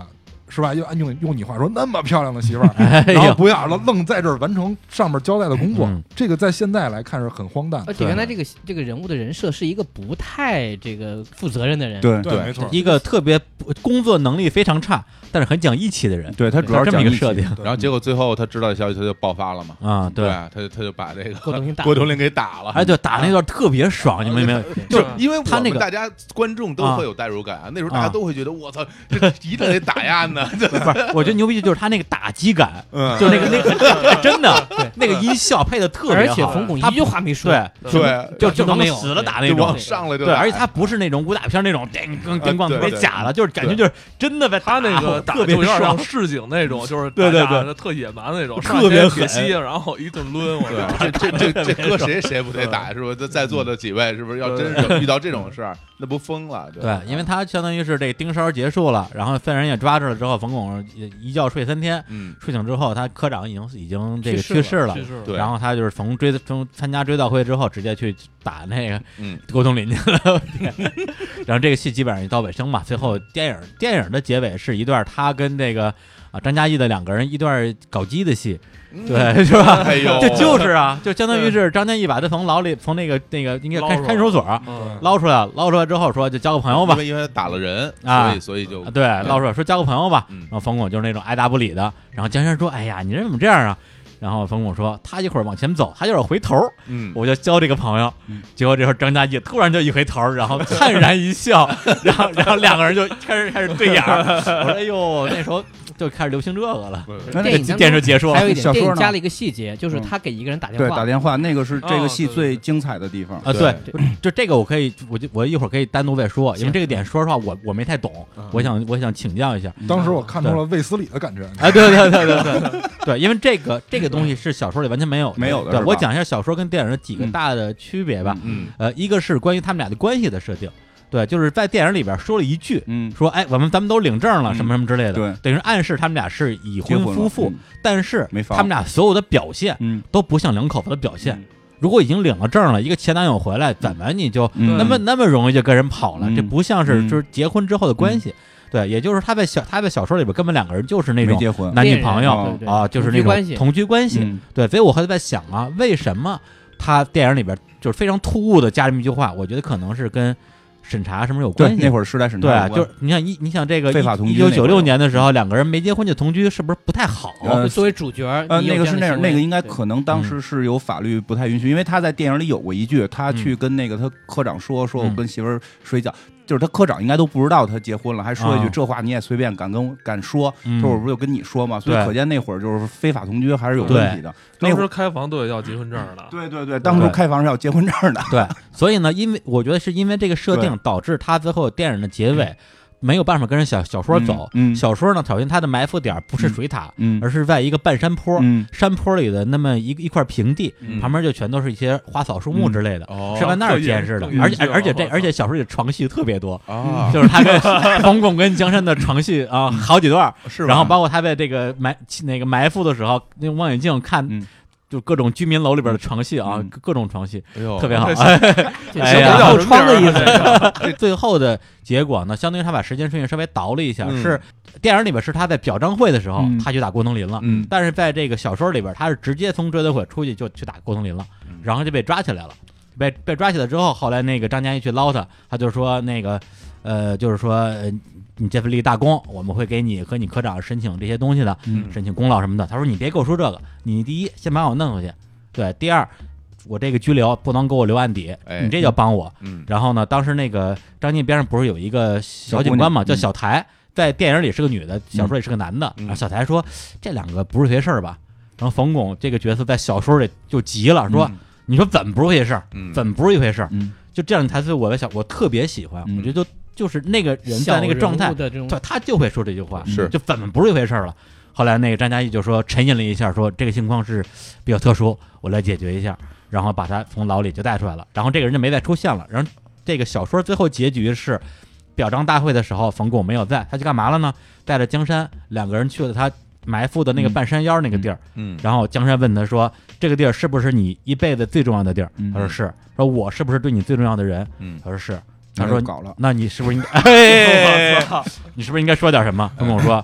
是吧？用你话说，那么漂亮的媳妇儿，然后不要愣在这儿完成上面交代的工作，这个在现在来看是很荒诞。 而且原来这个人物的人设是一个不太这个负责任的人， 对，没错， 一个特别工作能力非常差，但是很讲义气的人。 对他主要这么一个设定。 然后结果最后他知道消息，他就爆发了嘛。 啊，对， 他就把这个郭冬临给打了。 哎，对，打那段特别爽，你们没有？ 就因为他那个大家观众都会有代入感啊，那时候大家都会觉得我操，这一定得打压呢。 不是，我觉得牛逼就是他那个打击感，就那个真的，那个音效配的特别好， 而且冯巩一句话没说， 对， 就能死了打那种， 往上来就对，而且他不是那种武打片那种叮咣特别假的，就是感觉就是真的在他那个打就有点像市井那种，就是对， 特野蛮那种， 特别狠， 然后一顿抡，我这搁谁不得打是不是？在座的几位是不是要真是遇到这种事儿，那不疯了？ 对，因为他相当于是这盯梢结束了，然后犯人也抓着了之后，冯巩一觉睡3天，睡醒之后，他科长已经这个去世了，然后他就是从参加追悼会之后，直接去打那个郭冬临去了，然后这个戏基本上一到尾声嘛，最后电影的结尾是一段他跟这个张嘉译的2个人一段搞基的戏。对，是吧？就是啊，就相当于是张嘉译把他从那个应该看守所捞出来之后说就交个朋友吧， 因为打了人啊， 所以就对捞出来说交个朋友吧。然后冯巩就是那种爱答不理的，然后江山说：“哎呀，你人怎么这样啊？”然后冯巩说：“他一会儿往前走，他一会儿回头，我就交这个朋友。”结果这时候张嘉译突然就一回头，然后灿然一笑，然后2个人就开始对眼。我说：“哎呦，那时候。”就开始流行这个了。电视结束了， 还有一点，电影加了一个细节，就是他给一个人打电话， 对，打电话，那个是这个戏最精彩的地方啊。对，就这个我可以，我一会儿可以单独再说，因为这个点说实话我没太懂，我想请教一下。 当时我看出了卫斯理的感觉。 哎，对，因为这个东西是小说里完全没有的。 对，我讲一下小说跟电影的几个大的区别吧。一个是关于他们俩的关系的设定。对，就是在电影里边说了一句，说哎，咱们都领证了，什么什么之类的， 对， 等于暗示他们俩是已婚夫妇，但是他们俩所有的表现，都不像2口子的表现。如果已经领了证了，一个前男友回来，怎么你就那么容易就跟人跑了？这不像是就是结婚之后的关系。对，也就是他在小说里边根本2个人就是那种男女朋友啊，就是那种同居关系。对，所以我还在想啊，为什么他电影里边就是非常突兀的加这么一句话？我觉得可能是跟审查什么有关系？ 那会儿时代审查， 对，就是你想这个非法同居 ，1996年的时候2个人没结婚就同居，是不是不太好？ 作为主角， 那个是那样，那个应该可能当时是有法律不太允许，因为他在电影里有过一句，他去跟那个他科长说我跟媳妇儿睡觉。就是他科长应该都不知道他结婚了，还说一句这话你也随便敢说，就是我不就跟你说嘛，所以可见那会儿就是非法同居还是有问题的。 当时开房都得要结婚证的， 对，当初开房是要结婚证的。 对，所以呢，我觉得是因为这个设定导致他最后电影的结尾。没有办法跟着小说走，小说呢，首先它的埋伏点不是水塔，而是在一个半山坡，山坡里的那么一块平地，旁边就全都是一些花草树木之类的，是在那儿监视的，而且小说里床戏特别多，就是他跟冯巩跟江山的床戏啊，好几段，然后包括他在这个埋伏的时候，用望远镜看。就各种居民楼里边的床戏啊，各种床戏，特别好。 哎呀，后窗的意思。 最后的结果呢，相当于他把时间顺序稍微倒了一下，是电影里边是他在表彰会的时候他去打郭冬临了，但是在这个小说里边他是直接从追悼会出去就去打郭冬临了，然后就被抓起来了。被抓起来之后，后来那个张嘉译去捞他就说那个就是说。你这份立大功，我们会给你和你科长申请这些东西的，申请功劳什么的。他说你别给我说这个，你第一先把我弄回去，对，第二我这个拘留不能给我留案底，你这叫帮我。然后呢，当时那个张晋边上不是有一个小警官嘛，叫小台，在电影里是个女的，小说里是个男的。然后小台说这2个不是回事儿吧？然后冯巩这个角色在小说里就急了，说你说怎么不是回事儿？怎么不是一回事儿？就这样的台词我特别喜欢，我觉得就是那个人在那个状态，他就会说这句话，就怎么不是一回事了。后来那个张嘉译就说沉吟了一下，说这个情况是比较特殊，我来解决一下，然后把他从牢里就带出来了。然后这个人就没再出现了。然后这个小说最后结局是表彰大会的时候，冯巩没有在，他去干嘛了呢？带着江山2个人去了他埋伏的那个半山腰那个地儿。然后江山问他说：“这个地儿是不是你一辈子最重要的地儿？”他说是。说我是不是对你最重要的人？他说是。他说：“那你是不是应该？你是不是应该说点什么？”冯巩说：“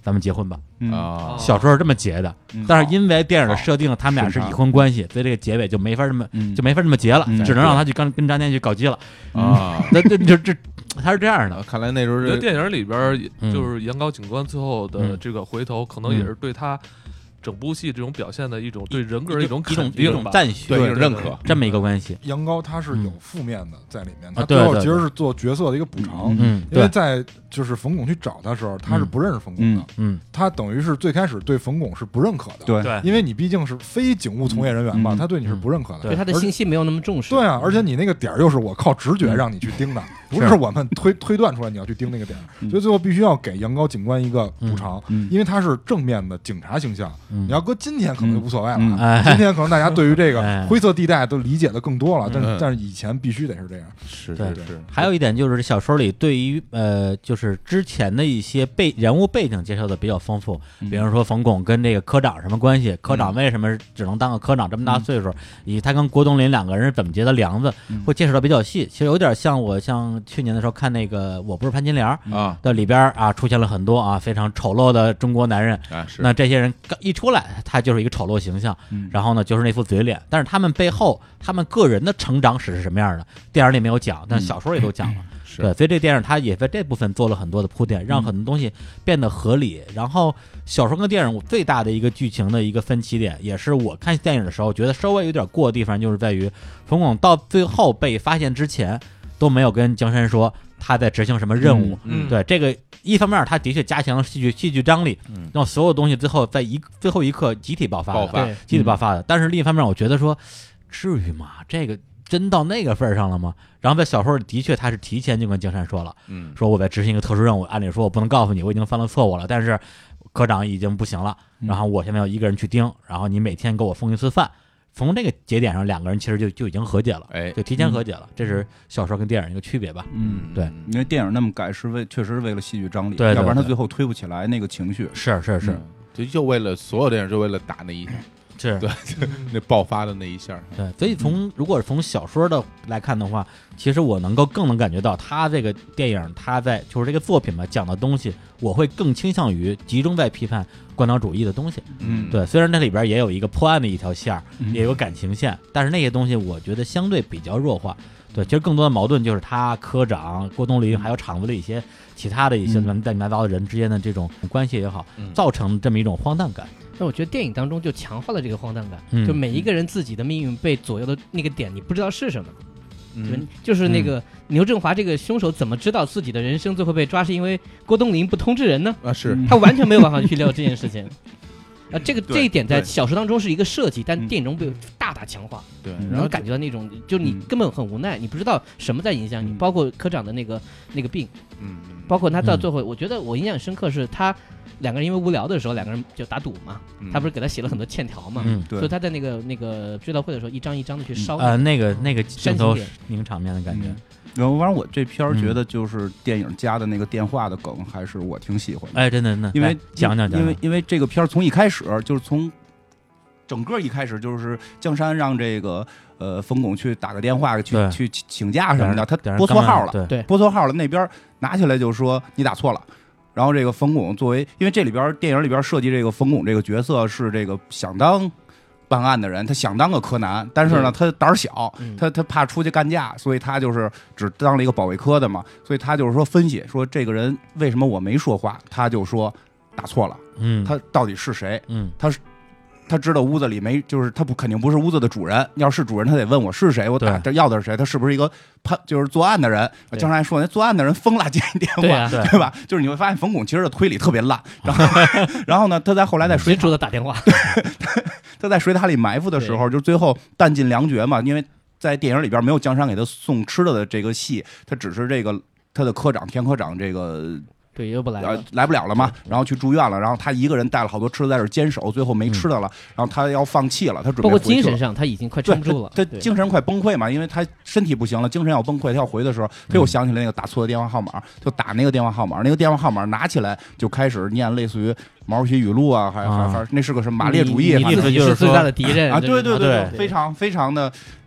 咱们结婚吧。 小说是这么结的，但是因为电影的设定，他们俩是已婚关系，所以这个结尾就没法这么结了，只能让他去跟张天去搞基了啊。那这他是这样的， 看来那时候这电影里边就是岩高警官最后的这个回头，可能也是对他整部戏这种表现的一种对人格的一种肯定、 一种赞许、 对认可， 这么一个关系。 杨高他是有负面的在里面，他最后其实是做角色的一个补偿，因为在就是冯巩去找他的时候，他是不认识冯巩的，他等于是最开始对冯巩是不认可的， 对， 因为你毕竟是非警务从业人员嘛，他对你是不认可的， 对他的信息没有那么重视， 对啊，而且你那个点又是我靠直觉让你去盯的，不是我们推断出来你要去盯那个点，所以最后必须要给杨高警官一个补偿，因为他是正面的警察形象，你要搁今天可能就无所谓了，今天可能大家对于这个灰色地带都理解的更多了，但是以前必须得是这样， 是。 还有一点就是小说里对于就是之前的一些人物背景介绍的比较丰富，比如说冯巩跟这个科长什么关系，科长为什么只能当个科长这么大岁数，以及他跟郭冬临两个人是怎么结的梁子，会介绍的比较细。其实有点像去年的时候看那个我不是潘金莲的里边出现了很多非常丑陋的中国男人，那这些人一出来他就是一个丑陋形象，然后呢就是那副嘴脸，但是他们背后他们个人的成长史是什么样的，电影里没有讲，但小说里都讲了。对，所以这电影它也在这部分做了很多的铺垫，让很多东西变得合理。然后小说跟电影最大的一个剧情的一个分歧点，也是我看电影的时候觉得稍微有点过的地方，就是在于冯巩到最后被发现之前都没有跟江山说他在执行什么任务。对，这个一方面他的确加强了戏剧张力，让所有东西最后在最后一刻集体爆发的。但是另一方面，我觉得说至于吗？这个真到那个份上了吗？然后在小说里的确他是提前就跟江山说了，说我在执行一个特殊任务，按理说我不能告诉你我已经犯了错误了，但是科长已经不行了，然后我现在要一个人去盯，然后你每天给我送一次饭。从这个节点上，两个人其实就已经和解了，就提前和解了，这是小说跟电影一个区别吧。对， 因为电影那么改是确实是为了戏剧张力， 对， 要不然他最后推不起来那个情绪。 是， 就为了所有电影就为了打那一下。 是对，那爆发的那一下。 对，所以如果从小说的来看的话，其实我更能感觉到他这个电影，他在就是这个作品嘛讲的东西，我会更倾向于集中在批判官僚主义的东西。对，虽然那里边也有一个破案的一条线，也有感情线，但是那些东西我觉得相对比较弱化。对，其实更多的矛盾就是他科长郭冬临还有厂子里一些其他的一些乱七八糟的人之间的这种关系也好，造成这么一种荒诞感。 那我觉得电影当中就强化了这个荒诞感，就每一个人自己的命运被左右的那个点，你不知道是什么。就是那个牛振华这个凶手怎么知道自己的人生最后被抓，是因为郭冬临不通知人呢？ 是他完全没有办法去料这件事情。这一点在小说当中是一个设计，但电影中被大大强化。 对， 然后感觉到那种，就你根本很无奈，你不知道什么在影响你，包括科长的那个病，包括他到最后，我觉得我印象深刻是他两个人因为无聊的时候，两个人就打赌嘛，他不是给他写了很多欠条嘛，所以他在那个追悼会的时候，一张一张的去烧。 那个镜头名场面的感觉。 然后反正我这片儿觉得就是电影加的那个电话的梗，还是我挺喜欢的。 真的， 因为讲， 因为这个片儿从一开始就是从整个一开始就是江山让这个冯巩去打个电话去请假什么的，他拨错号了， 对， 拨错号了，那边拿起来就说你打错了。然后这个冯巩作为，因为这里边电影里边设计这个冯巩这个角色是这个想当办案的人，他想当个柯南，但是呢他胆小，他怕出去干架，所以他就是只当了一个保卫科的嘛，所以他就是说分析说这个人为什么我没说话，他就说打错了，他到底是谁？他知道屋子里没，就是他肯定不是屋子的主人，要是主人他得问我是谁，我打这要的是谁，他是不是一个就是作案的人？江山说那作案的人疯了接你电话，对吧？就是你会发现冯巩其实的推理特别烂，然后呢，他在后来在随处的打电话， 他在水塔里埋伏的时候，就最后弹尽粮绝嘛，因为在电影里边没有江山给他送吃的这个戏，他只是这个他的科长田科长这个。 对，又不来了， 来不了了嘛，然后去住院了，然后他一个人带了好多吃的在这坚守，最后没吃的了，然后他要放弃了，他准备包括精神上他已经快撑不住了， 他精神快崩溃嘛，因为他身体不行了，精神要崩溃，他要回的时候，他又想起来那个打错的电话号码，就打那个电话号码，那个电话号码拿起来就开始念类似于毛主席语录啊，还那是个什么马列主义， 你自己是最大的敌人啊，对，非常非常的。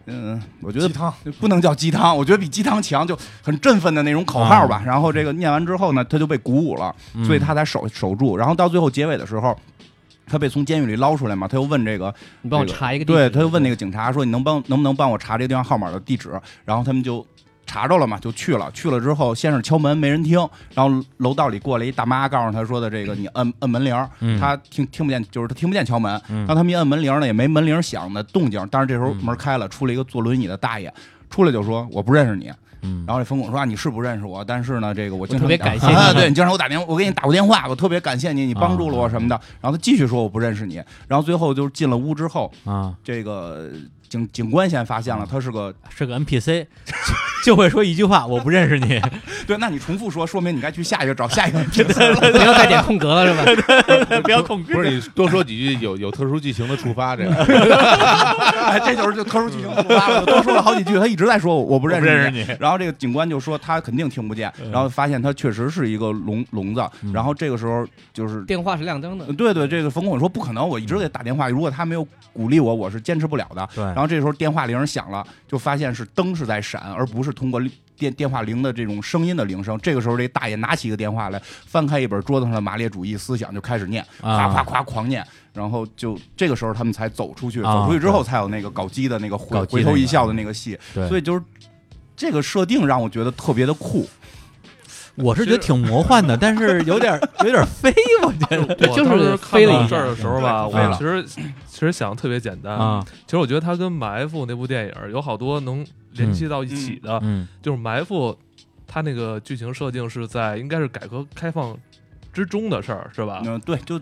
我觉得鸡汤不能叫鸡汤，我觉得比鸡汤强，就很振奋的那种口号吧。然后这个念完之后呢，他就被鼓舞了，所以他才守住。然后到最后结尾的时候，他被从监狱里捞出来嘛，他又问这个， 你帮我查一个地址， 对，他就问那个警察说，你能不能帮我查这个电话号码的地址？然后他们就查着了嘛，就去了之后，先是敲门没人听，然后楼道里过来一大妈，告诉他说的这个你摁门铃，他听不见，就是他听不见敲门，然后他们一摁门铃呢，也没门铃响的动静，但是这时候门开了，出了一个坐轮椅的大爷，出来就说我不认识你。然后这冯巩说你是不认识我，但是呢，这个我经常特别感谢你， 对你经常我给你打过电话，我特别感谢你帮助了我什么的。然后他继续说我不认识你，然后最后就是进了屋之后这个警官先发现了他是个 NPC， 就会说一句话我不认识你。 对，那你重复说明你该去下一个找下一个 NPC， 不要再点空格了是吧？ 不要空格， 不是你多说几句有特殊剧情的触发这个， 这就是特殊剧情的触发了，多说了好几句，他一直在说我不认识你。 然后这个警官就说他肯定听不见，然后发现他确实是一个聋子。然后这个时候就是电话是亮灯的， 对，这个冯巩说不可能，我一直给打电话，如果他没有鼓励我，我是坚持不了的。 对。 然后这时候电话铃响了，就发现是灯是在闪，而不是通过电话铃的这种声音的铃声。这个时候，这大爷拿起一个电话来，翻开一本桌子上的马列主义思想，就开始念，夸夸夸狂念。然后就这个时候他们才走出去，走出去之后才有那个搞基的那个回头一笑的那个戏。所以就是这个设定让我觉得特别的酷。 我是觉得挺魔幻的，但是有点飞，我觉得。 对，就是飞了一阵的时候吧，我其实想特别简单啊。其实我觉得它跟《埋伏》那部电影有好多能联系到一起的。就是《埋伏》，它那个剧情设定是在应该是改革开放之中的事儿，是吧？ 对，就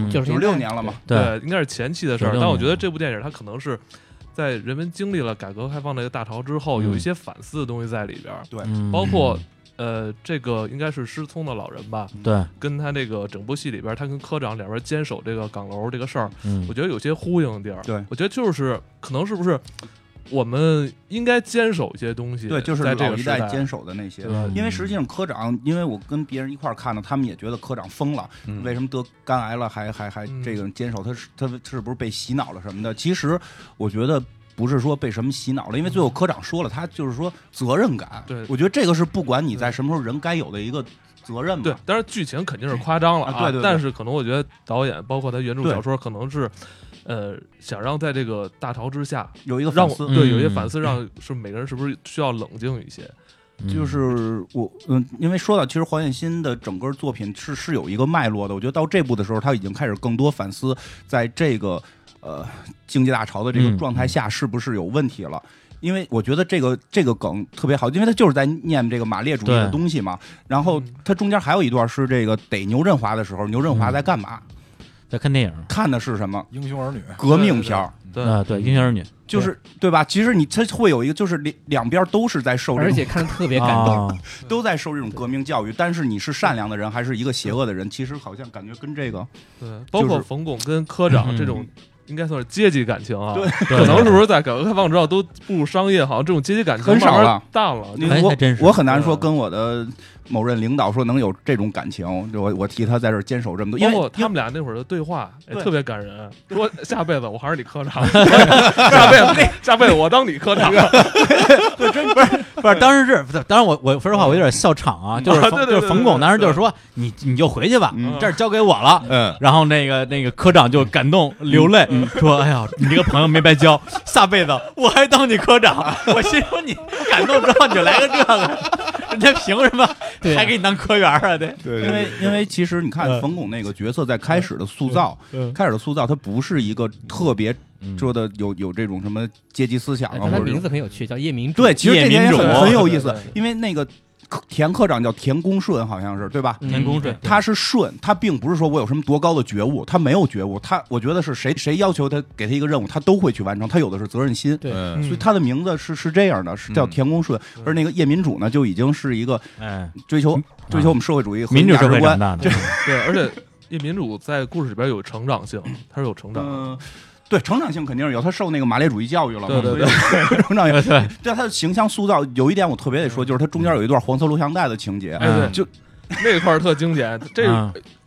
96年了嘛。 对，应该是前期的事儿。但我觉得这部电影它可能是在人们经历了改革开放那个大潮之后，有一些反思的东西在里边。 对， 包括。这个应该是失聪的老人吧？ 对， 跟他这个整部戏里边，他跟科长两边坚守这个岗楼这个事儿，我觉得有些呼应的地儿。 对， 我觉得就是可能是不是我们应该坚守一些东西？ 对，就是老一代坚守的那些。因为实际上科长，因为我跟别人一块儿看的，他们也觉得科长疯了，为什么得肝癌了还这个坚守？他是不是被洗脑了什么的？其实我觉得。不是说被什么洗脑了，因为最后科长说了，他就是说责任感。 对， 我觉得这个是不管你在什么时候人该有的一个责任嘛。 对，当然剧情肯定是夸张了啊。 对， 但是可能我觉得导演包括他原著小说可能是，想让在这个大潮之下有一个反思， 对，有一些反思，让是每个人是不是需要冷静一些。 就是因为说到其实黄建新的整个作品是有一个脉络的，我觉得到这部的时候他已经开始更多反思，在这个。经济大潮的这个状态下是不是有问题了？因为我觉得这个梗特别好，因为他就是在念这个马列主义的东西嘛。然后他中间还有一段是这个逮牛振华的时候，牛振华在干嘛？ 在看电影， 看的是什么？ 英雄儿女， 革命片儿。 对，英雄儿女就是对吧？其实他会有一个，就是两边都是在受， 而且看得特别感动， 都在受这种革命教育。但是你是善良的人还是一个邪恶的人，其实好像感觉跟这个对，包括冯巩跟科长这种。应该算是阶级感情啊， 对， 可能是不是在改革开放之后都步入商业，好像这种阶级感情很少了， 淡了。 我很难说跟我的某任领导说能有这种感情，我替他在这坚守这么多，因为他们俩那会儿的对话特别感人，说下辈子我还是你科长，下辈子我当你科长。 对，真不是，当然我说实话我有点笑场啊，就是冯巩当时就是说你就回去吧，这儿交给我了。然后那个科长就感动流泪，说哎呀，你这个朋友没白交，下辈子我还当你科长。我心说你感动之后你就来个这个，人家凭什么还给你当科员啊？对， 因为其实你看冯巩那个角色在开始的塑造，他不是一个特别说的有这种什么阶级思想啊， 他名字很有趣，叫叶明主。 对，其实这点也很有意思，因为那个。田科长叫田公顺，好像是对吧？ 田公顺， 他是顺，他并不是说我有什么多高的觉悟，他没有觉悟，我觉得是谁要求他给他一个任务，他都会去完成，他有的是责任心。 对， 所以他的名字是这样的，是叫田公顺。而那个叶民主呢，就已经是一个追求我们社会主义民主社会观的。 对，而且叶民主在故事里边有成长性，他是有成长。 对，成长性肯定是有，他受那个马列主义教育了嘛， 对， 成长性。对他的形象塑造有一点我特别得说，就是他中间有一段黄色录像带的情节， 对，就那块特经典。这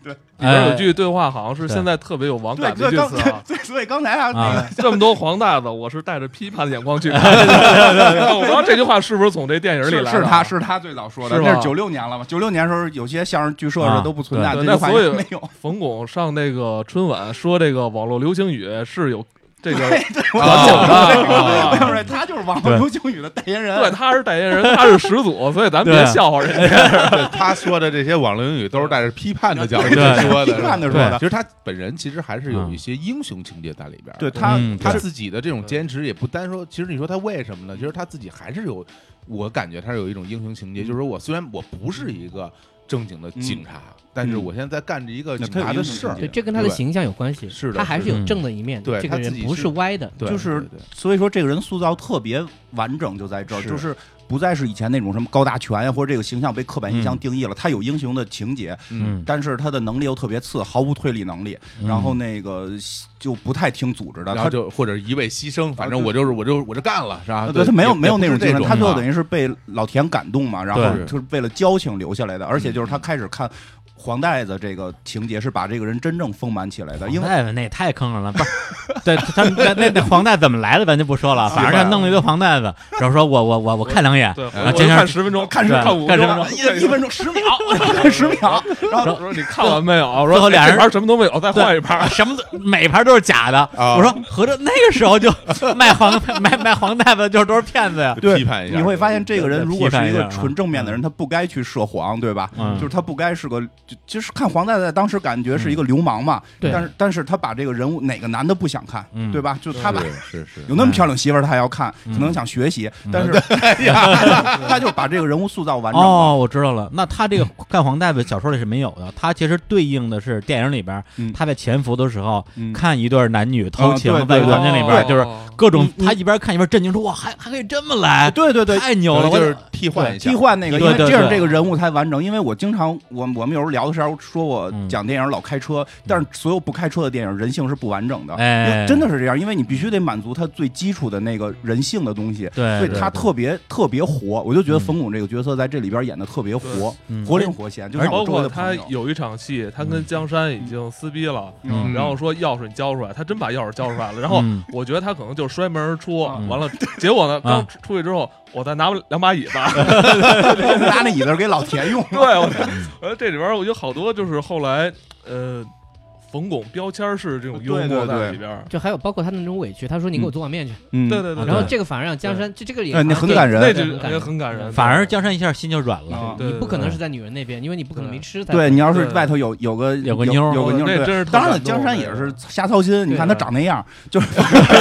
对， 里边有句对话好像是现在特别有网感的句子啊。 所以刚才啊， 这么多黄大子，我是带着批判的眼光去看。我不知道这句话是不是从这电影里来的？ 是他最早说的，那是96年了嘛？96年的时候，有些相声剧社的都不存在， 那所以没有。 冯巩上那个春晚说这个网络流行语是有。这个对，他就是网络流行语的代言人。 对，他是代言人，他是始祖，所以咱别笑话人家。 他说的这些网络英语都是带着批判的角度说的， 批判的说的。 其实他本人其实还是有一些英雄情节在里边。 对他自己的这种坚持，也不单说，其实你说他为什么呢？其实他自己还是有，我感觉他是有一种英雄情节，就是说我虽然我不是一个正经的警察。但是我现在在干着一个警察的事儿， 对，这跟他的形象有关系。 是的， 他还是有正的一面。 对， 这个人不是歪的， 就是所以说这个人塑造特别完整，就在这儿，就是不再是以前那种什么高大全呀，或者这个形象被刻板印象定义了。他有英雄的情节，但是他的能力又特别次，毫无推理能力，然后那个就不太听组织的， 他就或者一味牺牲，反正我就干了，是吧？ 对，他没有那种精神，他最后等于是被老田感动嘛，然后就是为了交情留下来的，而且就是他开始看。黄袋子这个情节是把这个人真正丰满起来的，因为黄袋子那也太坑人了，不是？对他那黄袋怎么来的咱就不说了，反正他弄了一个黄袋子，然后说我看两眼， 然后看10分钟，看5分钟 ，1分钟10秒，看10秒，然后说你看完没有？我说最后俩人这盘什么都没有，再换一盘， 什么每盘都是假的。我说合着那个时候就卖黄袋子就是都是骗子呀？ 批判一下， 你会发现这个人如果是一个纯正面的人，他不该去涉黄，对吧？就是他不该是个。就是看黄袋子当时感觉是一个流氓嘛，但是他把这个人物哪个男的不想看，对吧？就他把是有那么漂亮媳妇儿他还要看，可能想学习，但是他就把这个人物塑造完整。 哦，我知道了，那他这个干黄袋子小说里是没有的，他其实对应的是电影里边他在潜伏的时候看一对男女偷情，在环境里边就是各种他一边看一边震惊说哇还可以这么来， 对， 太牛了， 就是替换那个，因为这样这个人物才完整。因为我经常我们有时候聊的时候说我讲电影老开车，但是所有不开车的电影人性是不完整的，真的是这样，因为你必须得满足他最基础的那个人性的东西，所以他特别活。我就觉得冯巩这个角色在这里边演的特别活，活灵活现。就像包括他有一场戏，他跟江山已经撕逼了，然后说钥匙你交出来，他真把钥匙交出来了。然后我觉得他可能就摔门而出，完了结果呢，刚出去之后，我再拿2把椅子， 拿那椅子给老田用。 对，我觉得这里边我觉得好多就是后来冯巩标签式这种幽默在里边， 就还有包括他那种委屈，他说你给我做碗面去， 对， 然后这个反而让江山这个也很感人， 那很感人， 反而江山一下心就软了。 你不可能是在女人那边，因为你不可能没吃。 对，你要是外头有个妞， 那真是当然了，江山也是瞎操心。你看他长那样，就是，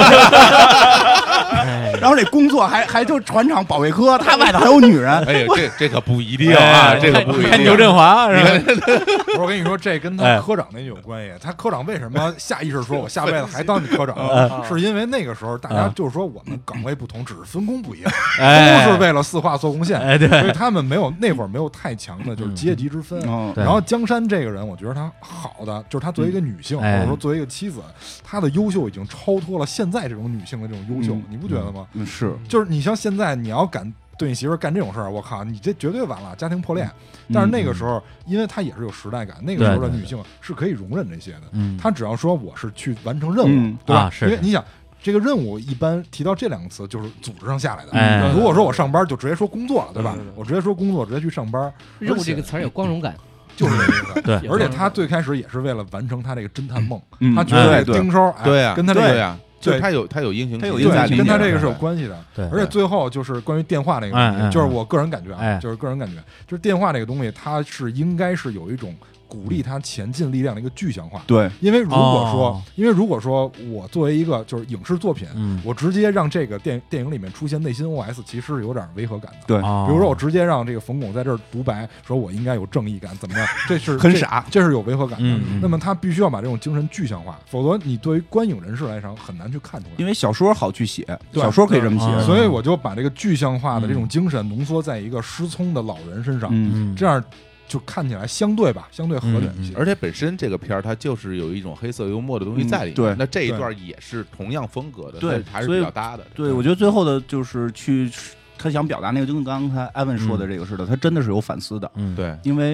然后这工作还就船厂保卫科，他外头还有女人。 哎呀，这可不一定啊，这个不一定。 看牛振华是吧？ 我跟你说，这跟他科长那有关系。他科长为什么下意识说我下辈子还当你科长？是因为那个时候大家就是说我们岗位不同，只是分工不一样，都是为了4化做贡献，所以他们那会儿没有太强的就是阶级之分。然后江山这个人，我觉得他好的就是他作为一个女性，或者说作为一个妻子，她的优秀已经超脱了现在这种女性的这种优秀，你不觉得吗？ 是， 就是你像现在你要敢对你媳妇干这种事儿，我靠，你这绝对完了，家庭破裂。但是那个时候，因为她也是有时代感，那个时候的女性是可以容忍这些的。她只要说我是去完成任务，对吧？因为你想。这个任务一般提到这2个词就是组织上下来的。如果说我上班就直接说工作了，对吧？我直接说工作，直接去上班。 任务这个词儿有光荣感， 就是这个意思。 对， 而且他最开始也是为了完成他这个侦探梦，他觉得丁收， 对啊， 跟他这个呀，对他有英雄， 他有在跟他这个是有关系的。 对， 而且最后就是关于电话那个东西，就是我个人感觉啊，就是电话这个东西，它是应该是有一种鼓励他前进力量的一个具象化。 对， 因为如果说我作为一个就是影视作品，我直接让这个电影里面出现内心 OS， 其实有点违和感的。 对， 比如说我直接让这个冯巩在这儿独白，说我应该有正义感，怎么样？这是很傻， 这是有违和感的。那么他必须要把这种精神具象化，否则你对于观影人士来讲很难去看出来。 因为小说好去写，小说可以这么写， 所以我就把这个具象化的这种精神浓缩在一个失聪的老人身上，这样。就看起来相对合理一些， 而且本身这个片儿它就是有一种黑色幽默的东西在里面。 对， 那这一段也是同样风格的， 对， 还是比较搭的。 对，我觉得最后的就是他想表达那个，就跟刚才艾文说的这个似的，他真的是有反思的。 对， 因为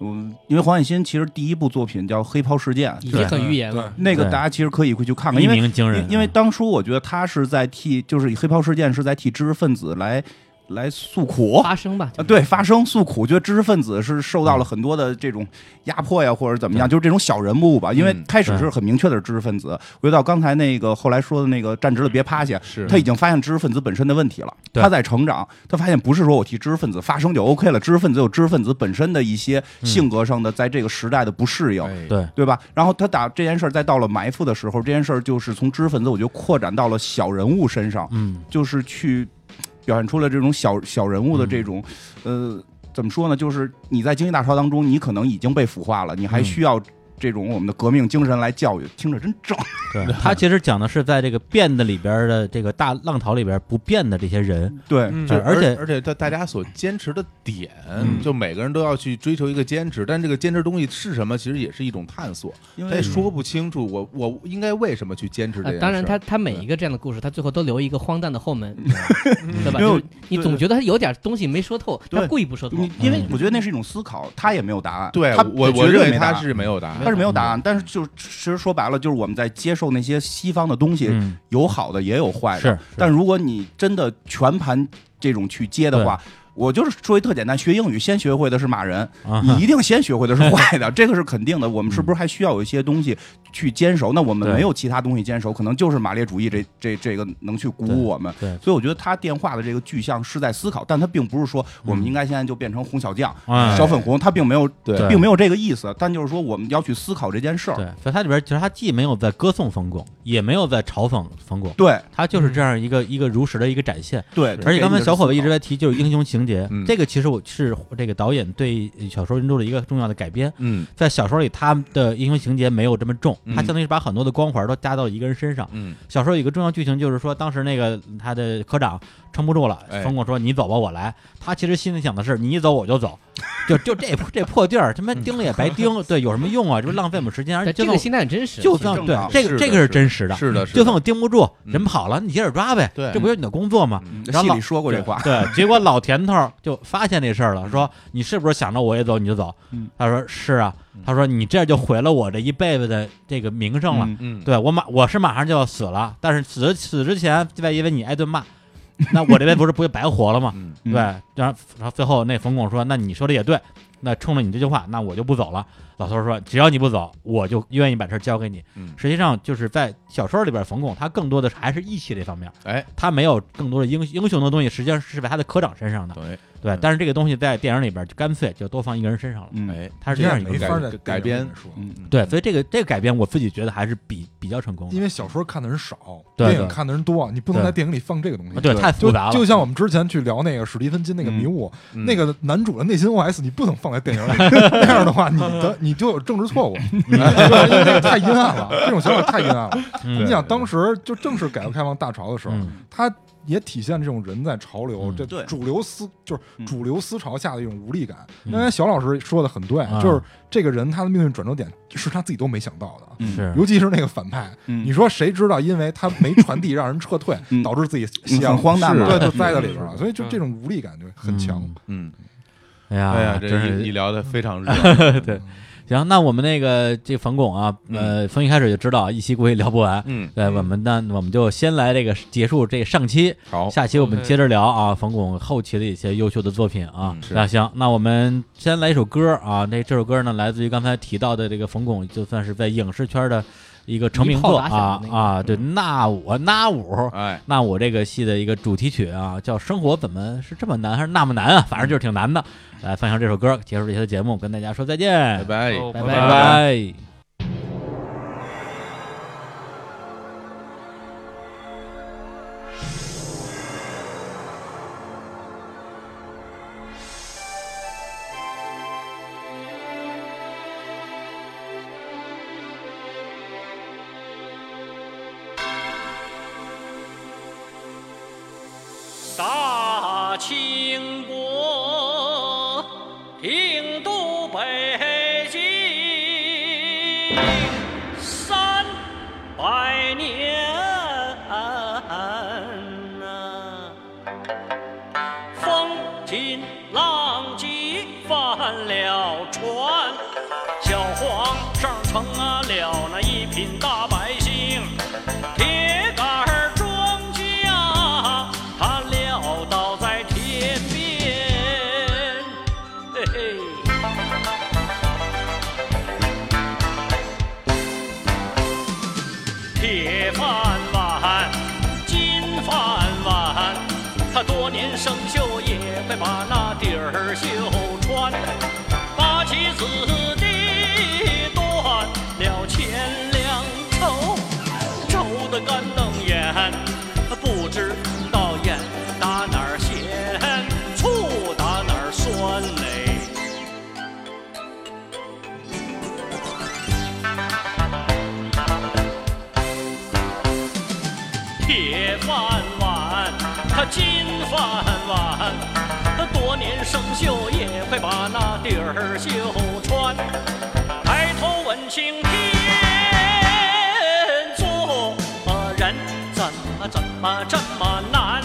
因为黄海心其实第一部作品叫《黑袍事件》， 已经很预言了。 那个大家其实可以去看看，因为当初我觉得他是在替，就是《黑袍事件》是在替知识分子来诉苦发声吧， 对，发声诉苦。觉得知识分子是受到了很多的这种压迫呀，或者怎么样，就是这种小人物吧。因为开始是很明确的是知识分子，回到刚才那个后来说的那个站直了别趴下，他已经发现知识分子本身的问题了，他在成长，他发现不是说我替知识分子发声就 OK 了，知识分子有知识分子本身的一些性格上的在这个时代的不适应，对吧？然后他打这件事再到了埋伏的时候，这件事就是从知识分子我觉得扩展到了小人物身上，就是去表现出了这种小人物的这种，怎么说呢？就是你在经济大潮当中，你可能已经被腐化了，你还需要这种我们的革命精神来教育，听着真正。 对，他其实讲的是在这个变的里边的这个大浪潮里边不变的这些人， 对， 而且大家所坚持的点，就每个人都要去追求一个坚持，但这个坚持东西是什么，其实也是一种探索，他也说不清楚我应该为什么去坚持这件事。 当然他每一个这样的故事，他最后都留一个荒诞的后门，对吧？就是你总觉得他有点东西没说透，他故意不说透， 因为我觉得那是一种思考，他也没有答案。 对，我认为他是没有答案， 他是没有答案，但是就其实说白了，就是我们在接受那些西方的东西，有好的也有坏的。但如果你真的全盘这种去接的话，我就是说一特简单，学英语先学会的是骂人，你一定先学会的是坏的，这个是肯定的。我们是不是还需要有一些东西去坚守？那我们没有其他东西坚守，可能就是马列主义这个能去鼓舞我们。所以我觉得他电话的这个具象是在思考，但他并不是说我们应该现在就变成红小将、小粉红，他并没有这个意思。但就是说我们要去思考这件事儿。 对，所以它里边其实他既没有在歌颂冯巩，也没有在嘲讽冯巩， 对， 他就是这样一个如实的一个展现。 对， 而且刚才小伙子一直在提就是英雄情节，这个其实我是这个导演对小说原著的一个重要的改编。在小说里他的英雄情节没有这么重，他相当于是把很多的光环都加到一个人身上。小说有一个重要剧情就是说，当时那个他的科长撑不住了，冯巩说你走吧我来，他其实心里想的是你一走我就走，就这破地儿他妈盯了也白盯，对，有什么用啊，这不浪费我们时间。而且这个心态很真实， 就算对这个是真实的， 是的， 就算我盯不住人跑了，你接着抓呗，这不就是你的工作吗？ 戏里说过这话， 对，结果老田头就发现这事儿了，说你是不是想着我也走你就走？他说是啊，他说你这样就毁了我这一辈子的这个名声了。对，我是马上就要死了，但是死之前再因为你挨顿骂，那我这边不是白活了吗？对，然后最后那冯巩说，那你说的也对，那冲着你这句话，那我就不走了。老头说只要你不走，我就愿意把事交给你。实际上就是在小说里边，冯巩他更多的还是义气这方面，他没有更多的英雄的东西，实际上是在他的科长身上的。对，但是这个东西在电影里边就干脆就都放一个人身上了。他是这样一个改编。 对，所以这个改编我自己觉得还是比较成功的， 因为小说看的人少，电影看的人多，你不能在电影里放这个东西， 对，太复杂了。 就像我们之前去聊那个史蒂芬金那个迷雾，那个男主的内心 OS 你不能放在电影里，那样的话你就有政治错误，因为这个太阴暗了，这种想法太阴暗了。你想当时就正是改革开放大潮的时候，他也体现这种人在潮流，这主流思潮下的一种无力感。刚才小老师说的很对，就是这个人他的命运转折点是他自己都没想到的， 是， 尤其是那个反派，你说谁知道因为他没传递让人撤退，导致自己很荒诞嘛， 对，就栽在里边了。所以就这种无力感就很强。 哎呀， 这一聊的非常热。 对。行，那我们这冯巩啊，从一开始就知道一期估计聊不完，对，我们就先来这个结束这个上期， 好， 下期我们接着聊啊，冯巩后期的一些优秀的作品啊。那行，那我们先来一首歌啊，这首歌呢来自于刚才提到的这个冯巩，就算是在影视圈的一个成名作啊，对，那我这个戏的一个主题曲啊，叫《生活怎么是这么难还是那么难啊》，反正就是挺难的。来分享这首歌，结束这期的节目，跟大家说再见， 拜拜， 拜拜。 大清国定都北京300年风平浪静翻了船。 贫大百姓，铁杆庄稼他撂倒在田边，嘿嘿。铁饭碗，金饭碗，他多年生锈也会把那底儿绣穿，把棋子弟断了钱粮愁，愁得干瞪眼，不知道盐打哪儿咸，醋打哪儿酸嘞。铁饭碗，他金饭碗，他多年生锈也会把那底儿绣穿。抬头问青天，做人怎么这么难？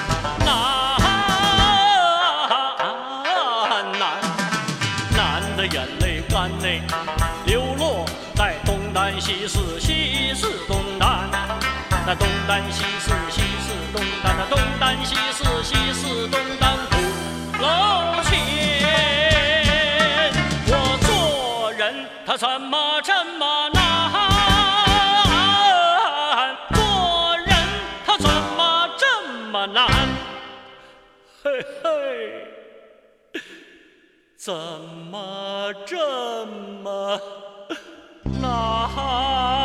难的眼泪干泪，流落在东单西四，西四东单。那东单西四，西四东单，那东单西四，西四东单鼓楼前，我做人他怎么这么难？做人他怎么这么难？嘿嘿，怎么这么难？